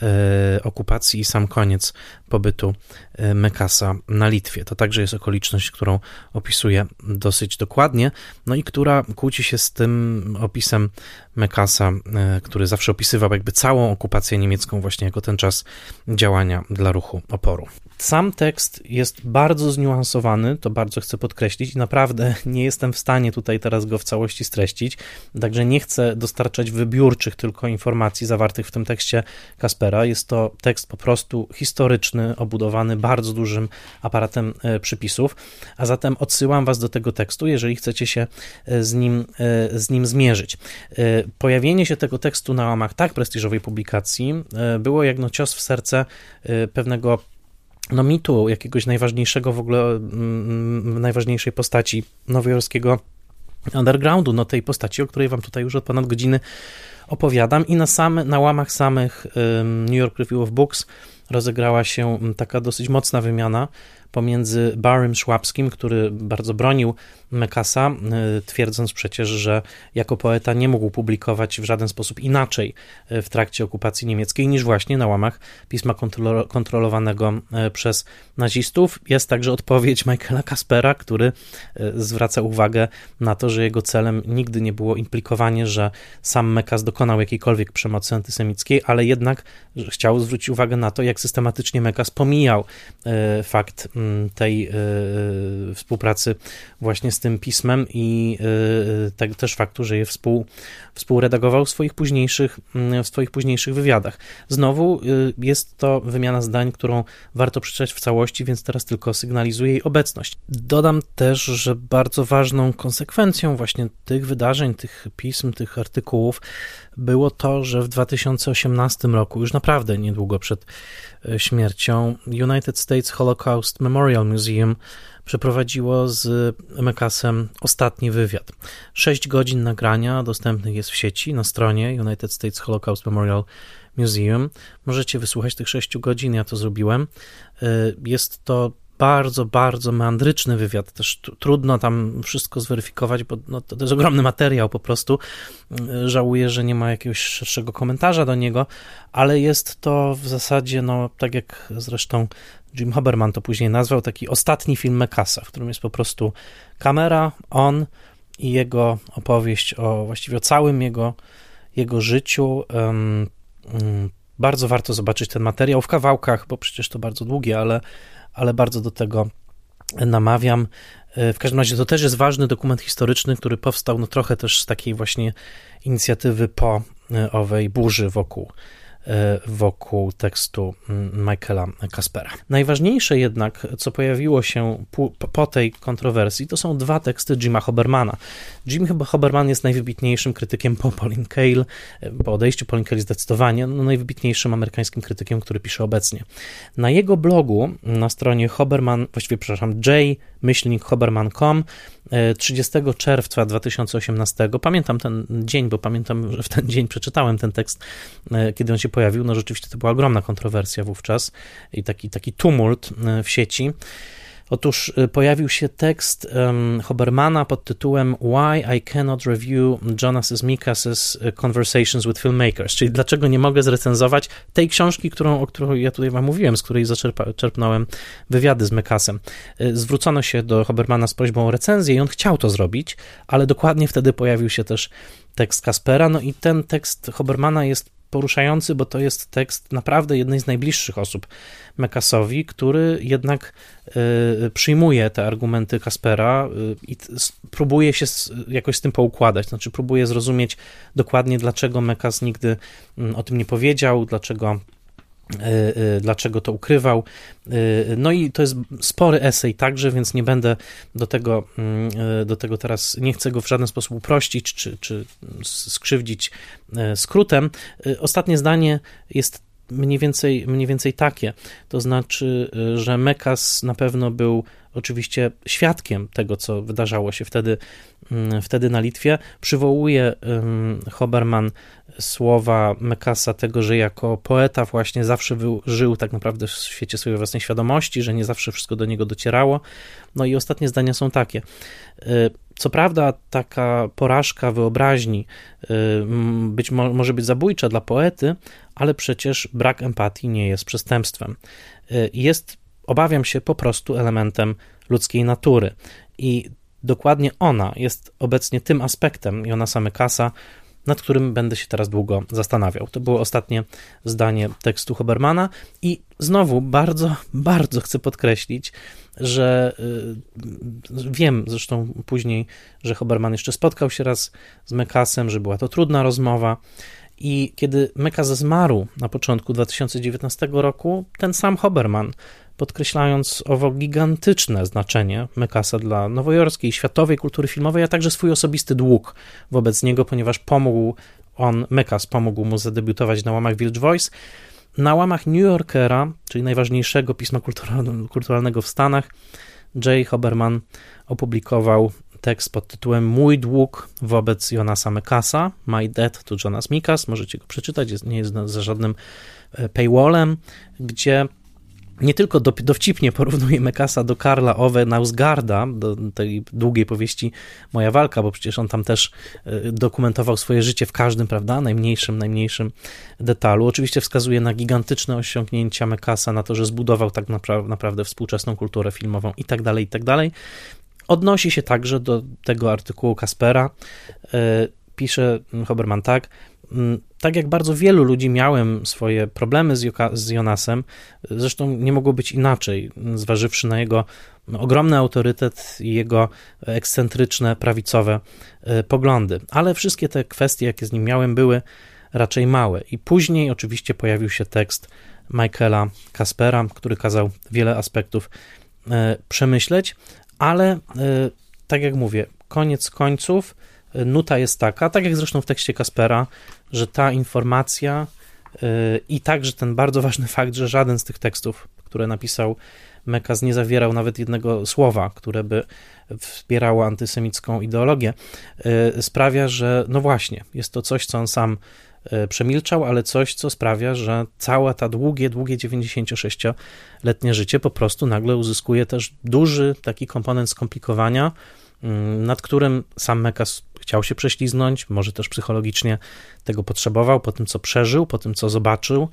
e, okupacji i sam koniec pobytu Mekasa na Litwie. To także jest okoliczność, którą opisuje dosyć dokładnie, no i która kłóci się z tym opisem Mekasa, e, który zawsze opisywał jakby całą okupację niemiecką właśnie jako ten czas działania dla ruchu oporu. Sam tekst jest bardzo zniuansowany, to bardzo chcę podkreślić i naprawdę nie jestem w stanie tutaj teraz go w całości streścić, także nie chcę dostarczać wybiórczych tylko informacji zawartych w tym tekście Kaspera. Jest to tekst po prostu historyczny, obudowany bardzo dużym aparatem przypisów, a zatem odsyłam was do tego tekstu, jeżeli chcecie się z nim, z nim zmierzyć. Pojawienie się tego tekstu na łamach tak prestiżowej publikacji było jak no cios w serce pewnego no mitu, jakiegoś najważniejszego w ogóle, najważniejszej postaci nowojorskiego undergroundu, no tej postaci, o której wam tutaj już od ponad godziny opowiadam i na, same, na łamach samych New York Review of Books rozegrała się taka dosyć mocna wymiana pomiędzy Barrym Szłapskim, który bardzo bronił Mekasa, twierdząc przecież, że jako poeta nie mógł publikować w żaden sposób inaczej w trakcie okupacji niemieckiej niż właśnie na łamach pisma kontrolowanego przez nazistów. Jest także odpowiedź Michaela Kaspera, który zwraca uwagę na to, że jego celem nigdy nie było implikowanie, że sam Mekas dokonał jakiejkolwiek przemocy antysemickiej, ale jednak chciał zwrócić uwagę na to, jak systematycznie Mekas pomijał fakt tej y, współpracy właśnie z tym pismem i y, te, też faktu, że je współ, współredagował w swoich późniejszych, w swoich późniejszych wywiadach. Znowu y, jest to wymiana zdań, którą warto przeczytać w całości, więc teraz tylko sygnalizuję jej obecność. Dodam też, że bardzo ważną konsekwencją właśnie tych wydarzeń, tych pism, tych artykułów było to, że w dwa tysiące osiemnastym roku, już naprawdę niedługo przed śmiercią, United States Holocaust Memorial Museum przeprowadziło z Mekasem ostatni wywiad. Sześć godzin nagrania dostępnych jest w sieci na stronie United States Holocaust Memorial Museum. Możecie wysłuchać tych sześciu godzin, ja to zrobiłem. Jest to bardzo, bardzo meandryczny wywiad, też trudno tam wszystko zweryfikować, bo no, to jest ogromny materiał po prostu. Żałuję, że nie ma jakiegoś szerszego komentarza do niego, ale jest to w zasadzie, no tak jak zresztą Jim Haberman to później nazwał, taki ostatni film Mekasa, w którym jest po prostu kamera, on i jego opowieść o właściwie o całym jego, jego życiu. Um, um, bardzo warto zobaczyć ten materiał w kawałkach, bo przecież to bardzo długie, ale ale bardzo do tego namawiam. W każdym razie to też jest ważny dokument historyczny, który powstał no trochę też z takiej właśnie inicjatywy po owej burzy wokół wokół tekstu Michaela Caspera. Najważniejsze jednak, co pojawiło się po tej kontrowersji, to są dwa teksty Jima Hobermana. Jim Hoberman jest najwybitniejszym krytykiem po Pauline Kael, po odejściu Pauline Kael zdecydowanie, no najwybitniejszym amerykańskim krytykiem, który pisze obecnie. Na jego blogu, na stronie Hoberman, właściwie przepraszam, j myślnik hoberman kropka com trzydziestego czerwca dwa tysiące osiemnastego, pamiętam ten dzień, bo pamiętam, że w ten dzień przeczytałem ten tekst, kiedy on się pojawił, no rzeczywiście to była ogromna kontrowersja wówczas i taki, taki tumult w sieci. Otóż pojawił się tekst um, Hobermana pod tytułem Why I Cannot Review Jonas Mekas' Conversations with Filmmakers, czyli dlaczego nie mogę zrecenzować tej książki, którą, o której ja tutaj wam mówiłem, z której zaczerpnąłem wywiady z Mekasem. Zwrócono się do Hobermana z prośbą o recenzję i on chciał to zrobić, ale dokładnie wtedy pojawił się też tekst Caspera, no i ten tekst Hobermana jest poruszający, bo to jest tekst naprawdę jednej z najbliższych osób Mekasowi, który jednak y, przyjmuje te argumenty Caspera y, i t, próbuje się z, jakoś z tym poukładać, znaczy próbuje zrozumieć dokładnie, dlaczego Mekas nigdy y, o tym nie powiedział, dlaczego dlaczego to ukrywał. No i to jest spory esej także, więc nie będę do tego, do tego teraz, nie chcę go w żaden sposób uprościć, czy, czy skrzywdzić skrótem. Ostatnie zdanie jest mniej więcej, mniej więcej takie, to znaczy, że Mekas na pewno był oczywiście świadkiem tego, co wydarzało się wtedy, wtedy na Litwie. Przywołuje Hoberman słowa Mekasa tego, że jako poeta właśnie zawsze był, żył tak naprawdę w świecie swojej własnej świadomości, że nie zawsze wszystko do niego docierało. No i ostatnie zdania są takie. Co prawda taka porażka wyobraźni być mo- może być zabójcza dla poety, ale przecież brak empatii nie jest przestępstwem. Jest, obawiam się, po prostu elementem ludzkiej natury i dokładnie ona jest obecnie tym aspektem Jonasa Mekasa, nad którym będę się teraz długo zastanawiał. To było ostatnie zdanie tekstu Hobermana i znowu bardzo, bardzo chcę podkreślić, że yy, wiem zresztą później, że Hoberman jeszcze spotkał się raz z Mekasem, że była to trudna rozmowa i kiedy Mekas zmarł na początku dwa tysiące dziewiętnastego roku, ten sam Hoberman, podkreślając owo gigantyczne znaczenie Mekasa dla nowojorskiej, światowej kultury filmowej, a także swój osobisty dług wobec niego, ponieważ pomógł on, Mekas pomógł mu zadebiutować na łamach Village Voice. Na łamach New Yorkera, czyli najważniejszego pisma kulturalnego w Stanach, J. Hoberman opublikował tekst pod tytułem Mój dług wobec Jonasa Mekasa, My Debt to Jonas Mekas, możecie go przeczytać, jest, nie jest za żadnym paywallem, gdzie nie tylko do, dowcipnie porównuje Mekasa do Karla Ove Knausgaarda, do tej długiej powieści Moja walka, bo przecież on tam też dokumentował swoje życie w każdym, prawda, najmniejszym, najmniejszym detalu. Oczywiście wskazuje na gigantyczne osiągnięcia Mekasa, na to, że zbudował tak napra- naprawdę współczesną kulturę filmową i tak dalej, i tak dalej. Odnosi się także do tego artykułu Caspera. Pisze Hoberman tak: tak jak bardzo wielu ludzi miałem swoje problemy z, Joka, z Jonasem, zresztą nie mogło być inaczej, zważywszy na jego ogromny autorytet i jego ekscentryczne, prawicowe poglądy. Ale wszystkie te kwestie, jakie z nim miałem, były raczej małe. I później oczywiście pojawił się tekst Michaela Caspera, który kazał wiele aspektów przemyśleć, ale tak jak mówię, koniec końców nuta jest taka, tak jak zresztą w tekście Caspera, że ta informacja yy, i także ten bardzo ważny fakt, że żaden z tych tekstów, które napisał Mekas, nie zawierał nawet jednego słowa, które by wspierało antysemicką ideologię, yy, sprawia, że no właśnie, jest to coś, co on sam yy, przemilczał, ale coś, co sprawia, że cała ta długie, długie dziewięćdziesięciosześcioletnie życie po prostu nagle uzyskuje też duży taki komponent skomplikowania, nad którym sam Mekas chciał się prześliznąć, może też psychologicznie tego potrzebował, po tym, co przeżył, po tym, co zobaczył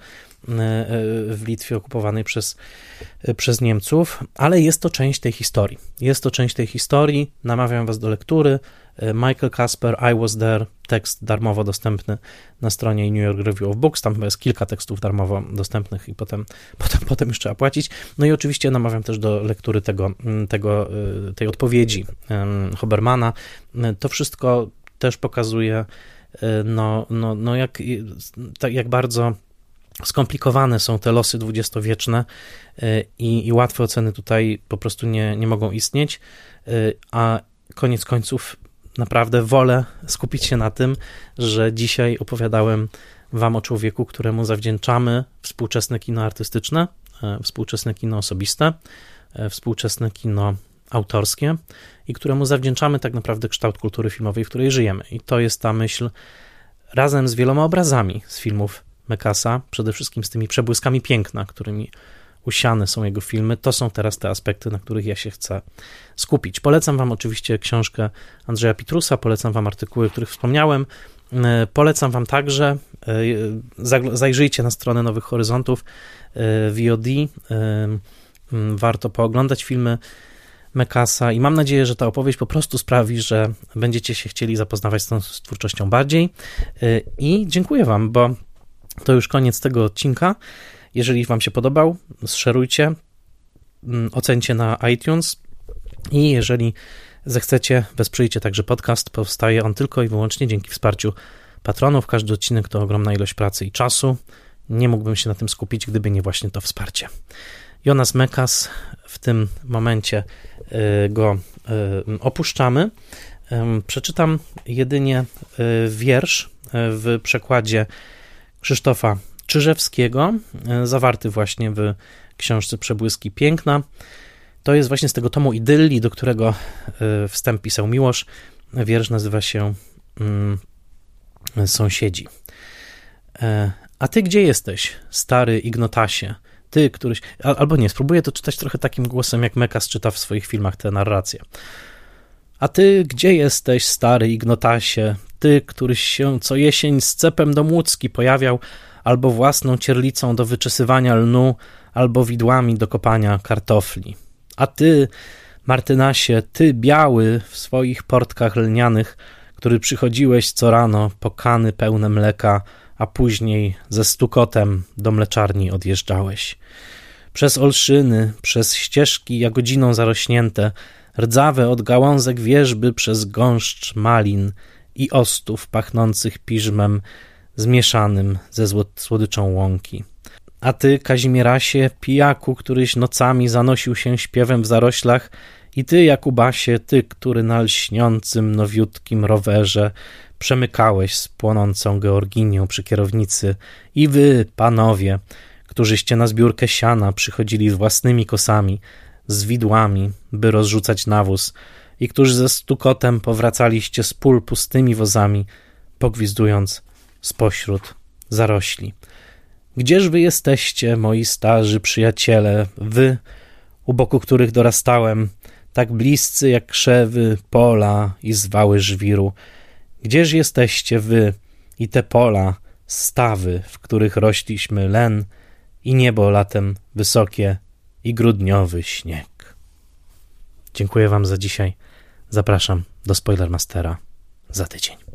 w Litwie okupowanej przez, przez Niemców, ale jest to część tej historii. Jest to część tej historii, namawiam was do lektury. Michael Casper, I Was There, tekst darmowo dostępny na stronie New York Review of Books, tam chyba jest kilka tekstów darmowo dostępnych i potem, potem, potem już trzeba płacić. No i oczywiście namawiam też do lektury tego, tego, tej odpowiedzi Hobermana. To wszystko też pokazuje, no, no, no jak, tak jak bardzo skomplikowane są te losy dwudziestowieczne i, i łatwe oceny tutaj po prostu nie, nie mogą istnieć, a koniec końców naprawdę wolę skupić się na tym, że dzisiaj opowiadałem wam o człowieku, któremu zawdzięczamy współczesne kino artystyczne, współczesne kino osobiste, współczesne kino autorskie i któremu zawdzięczamy tak naprawdę kształt kultury filmowej, w której żyjemy. I to jest ta myśl razem z wieloma obrazami z filmów Mekasa, przede wszystkim z tymi przebłyskami piękna, którymi usiane są jego filmy. To są teraz te aspekty, na których ja się chcę skupić. Polecam wam oczywiście książkę Andrzeja Pitrusa, polecam wam artykuły, o których wspomniałem. Polecam wam także, zajrzyjcie na stronę Nowych Horyzontów V O D, warto pooglądać filmy Mekasa i mam nadzieję, że ta opowieść po prostu sprawi, że będziecie się chcieli zapoznawać z tą twórczością bardziej i dziękuję wam, bo to już koniec tego odcinka. Jeżeli wam się podobał, zszerujcie, ocencie na iTunes i jeżeli zechcecie, wesprzyjcie także podcast. Powstaje on tylko i wyłącznie dzięki wsparciu patronów. Każdy odcinek to ogromna ilość pracy i czasu. Nie mógłbym się na tym skupić, gdyby nie właśnie to wsparcie. Jonas Mekas, w tym momencie go opuszczamy. Przeczytam jedynie wiersz w przekładzie Krzysztofa Czyżewskiego, zawarty właśnie w książce Przebłyski Piękna. To jest właśnie z tego tomu Idylli, do którego wstęp pisał Miłosz. Wiersz nazywa się Sąsiedzi. A ty gdzie jesteś, stary Ignotasie? Ty, któryś... Albo nie, spróbuję to czytać trochę takim głosem, jak Mekas czyta w swoich filmach te narracje. A ty gdzie jesteś, stary Ignotasie? Ty, któryś się co jesień z cepem do Młódzki pojawiał, albo własną cierlicą do wyczesywania lnu, albo widłami do kopania kartofli. A ty, Martynasie, ty biały w swoich portkach lnianych, który przychodziłeś co rano, pokany pełne mleka, a później ze stukotem do mleczarni odjeżdżałeś. Przez olszyny, przez ścieżki jagodziną zarośnięte, rdzawe od gałązek wierzby przez gąszcz malin i ostów pachnących piżmem zmieszanym ze słodyczą łąki. A ty, Kazimierasie, pijaku, któryś nocami zanosił się śpiewem w zaroślach, i ty, Jakubasie, ty, który na lśniącym, nowiutkim rowerze przemykałeś z płonącą Georginią przy kierownicy, i wy, panowie, którzyście na zbiórkę siana przychodzili z własnymi kosami, z widłami, by rozrzucać nawóz, i którzy ze stukotem powracaliście z pól pustymi wozami, pogwizdując spośród zarośli. Gdzież wy jesteście, moi starzy przyjaciele, wy, u boku których dorastałem, tak bliscy jak krzewy, pola i zwały żwiru? Gdzież jesteście wy i te pola, stawy, w których rośliśmy len i niebo latem wysokie i grudniowy śnieg? Dziękuję wam za dzisiaj. Zapraszam do Spoilermastera za tydzień.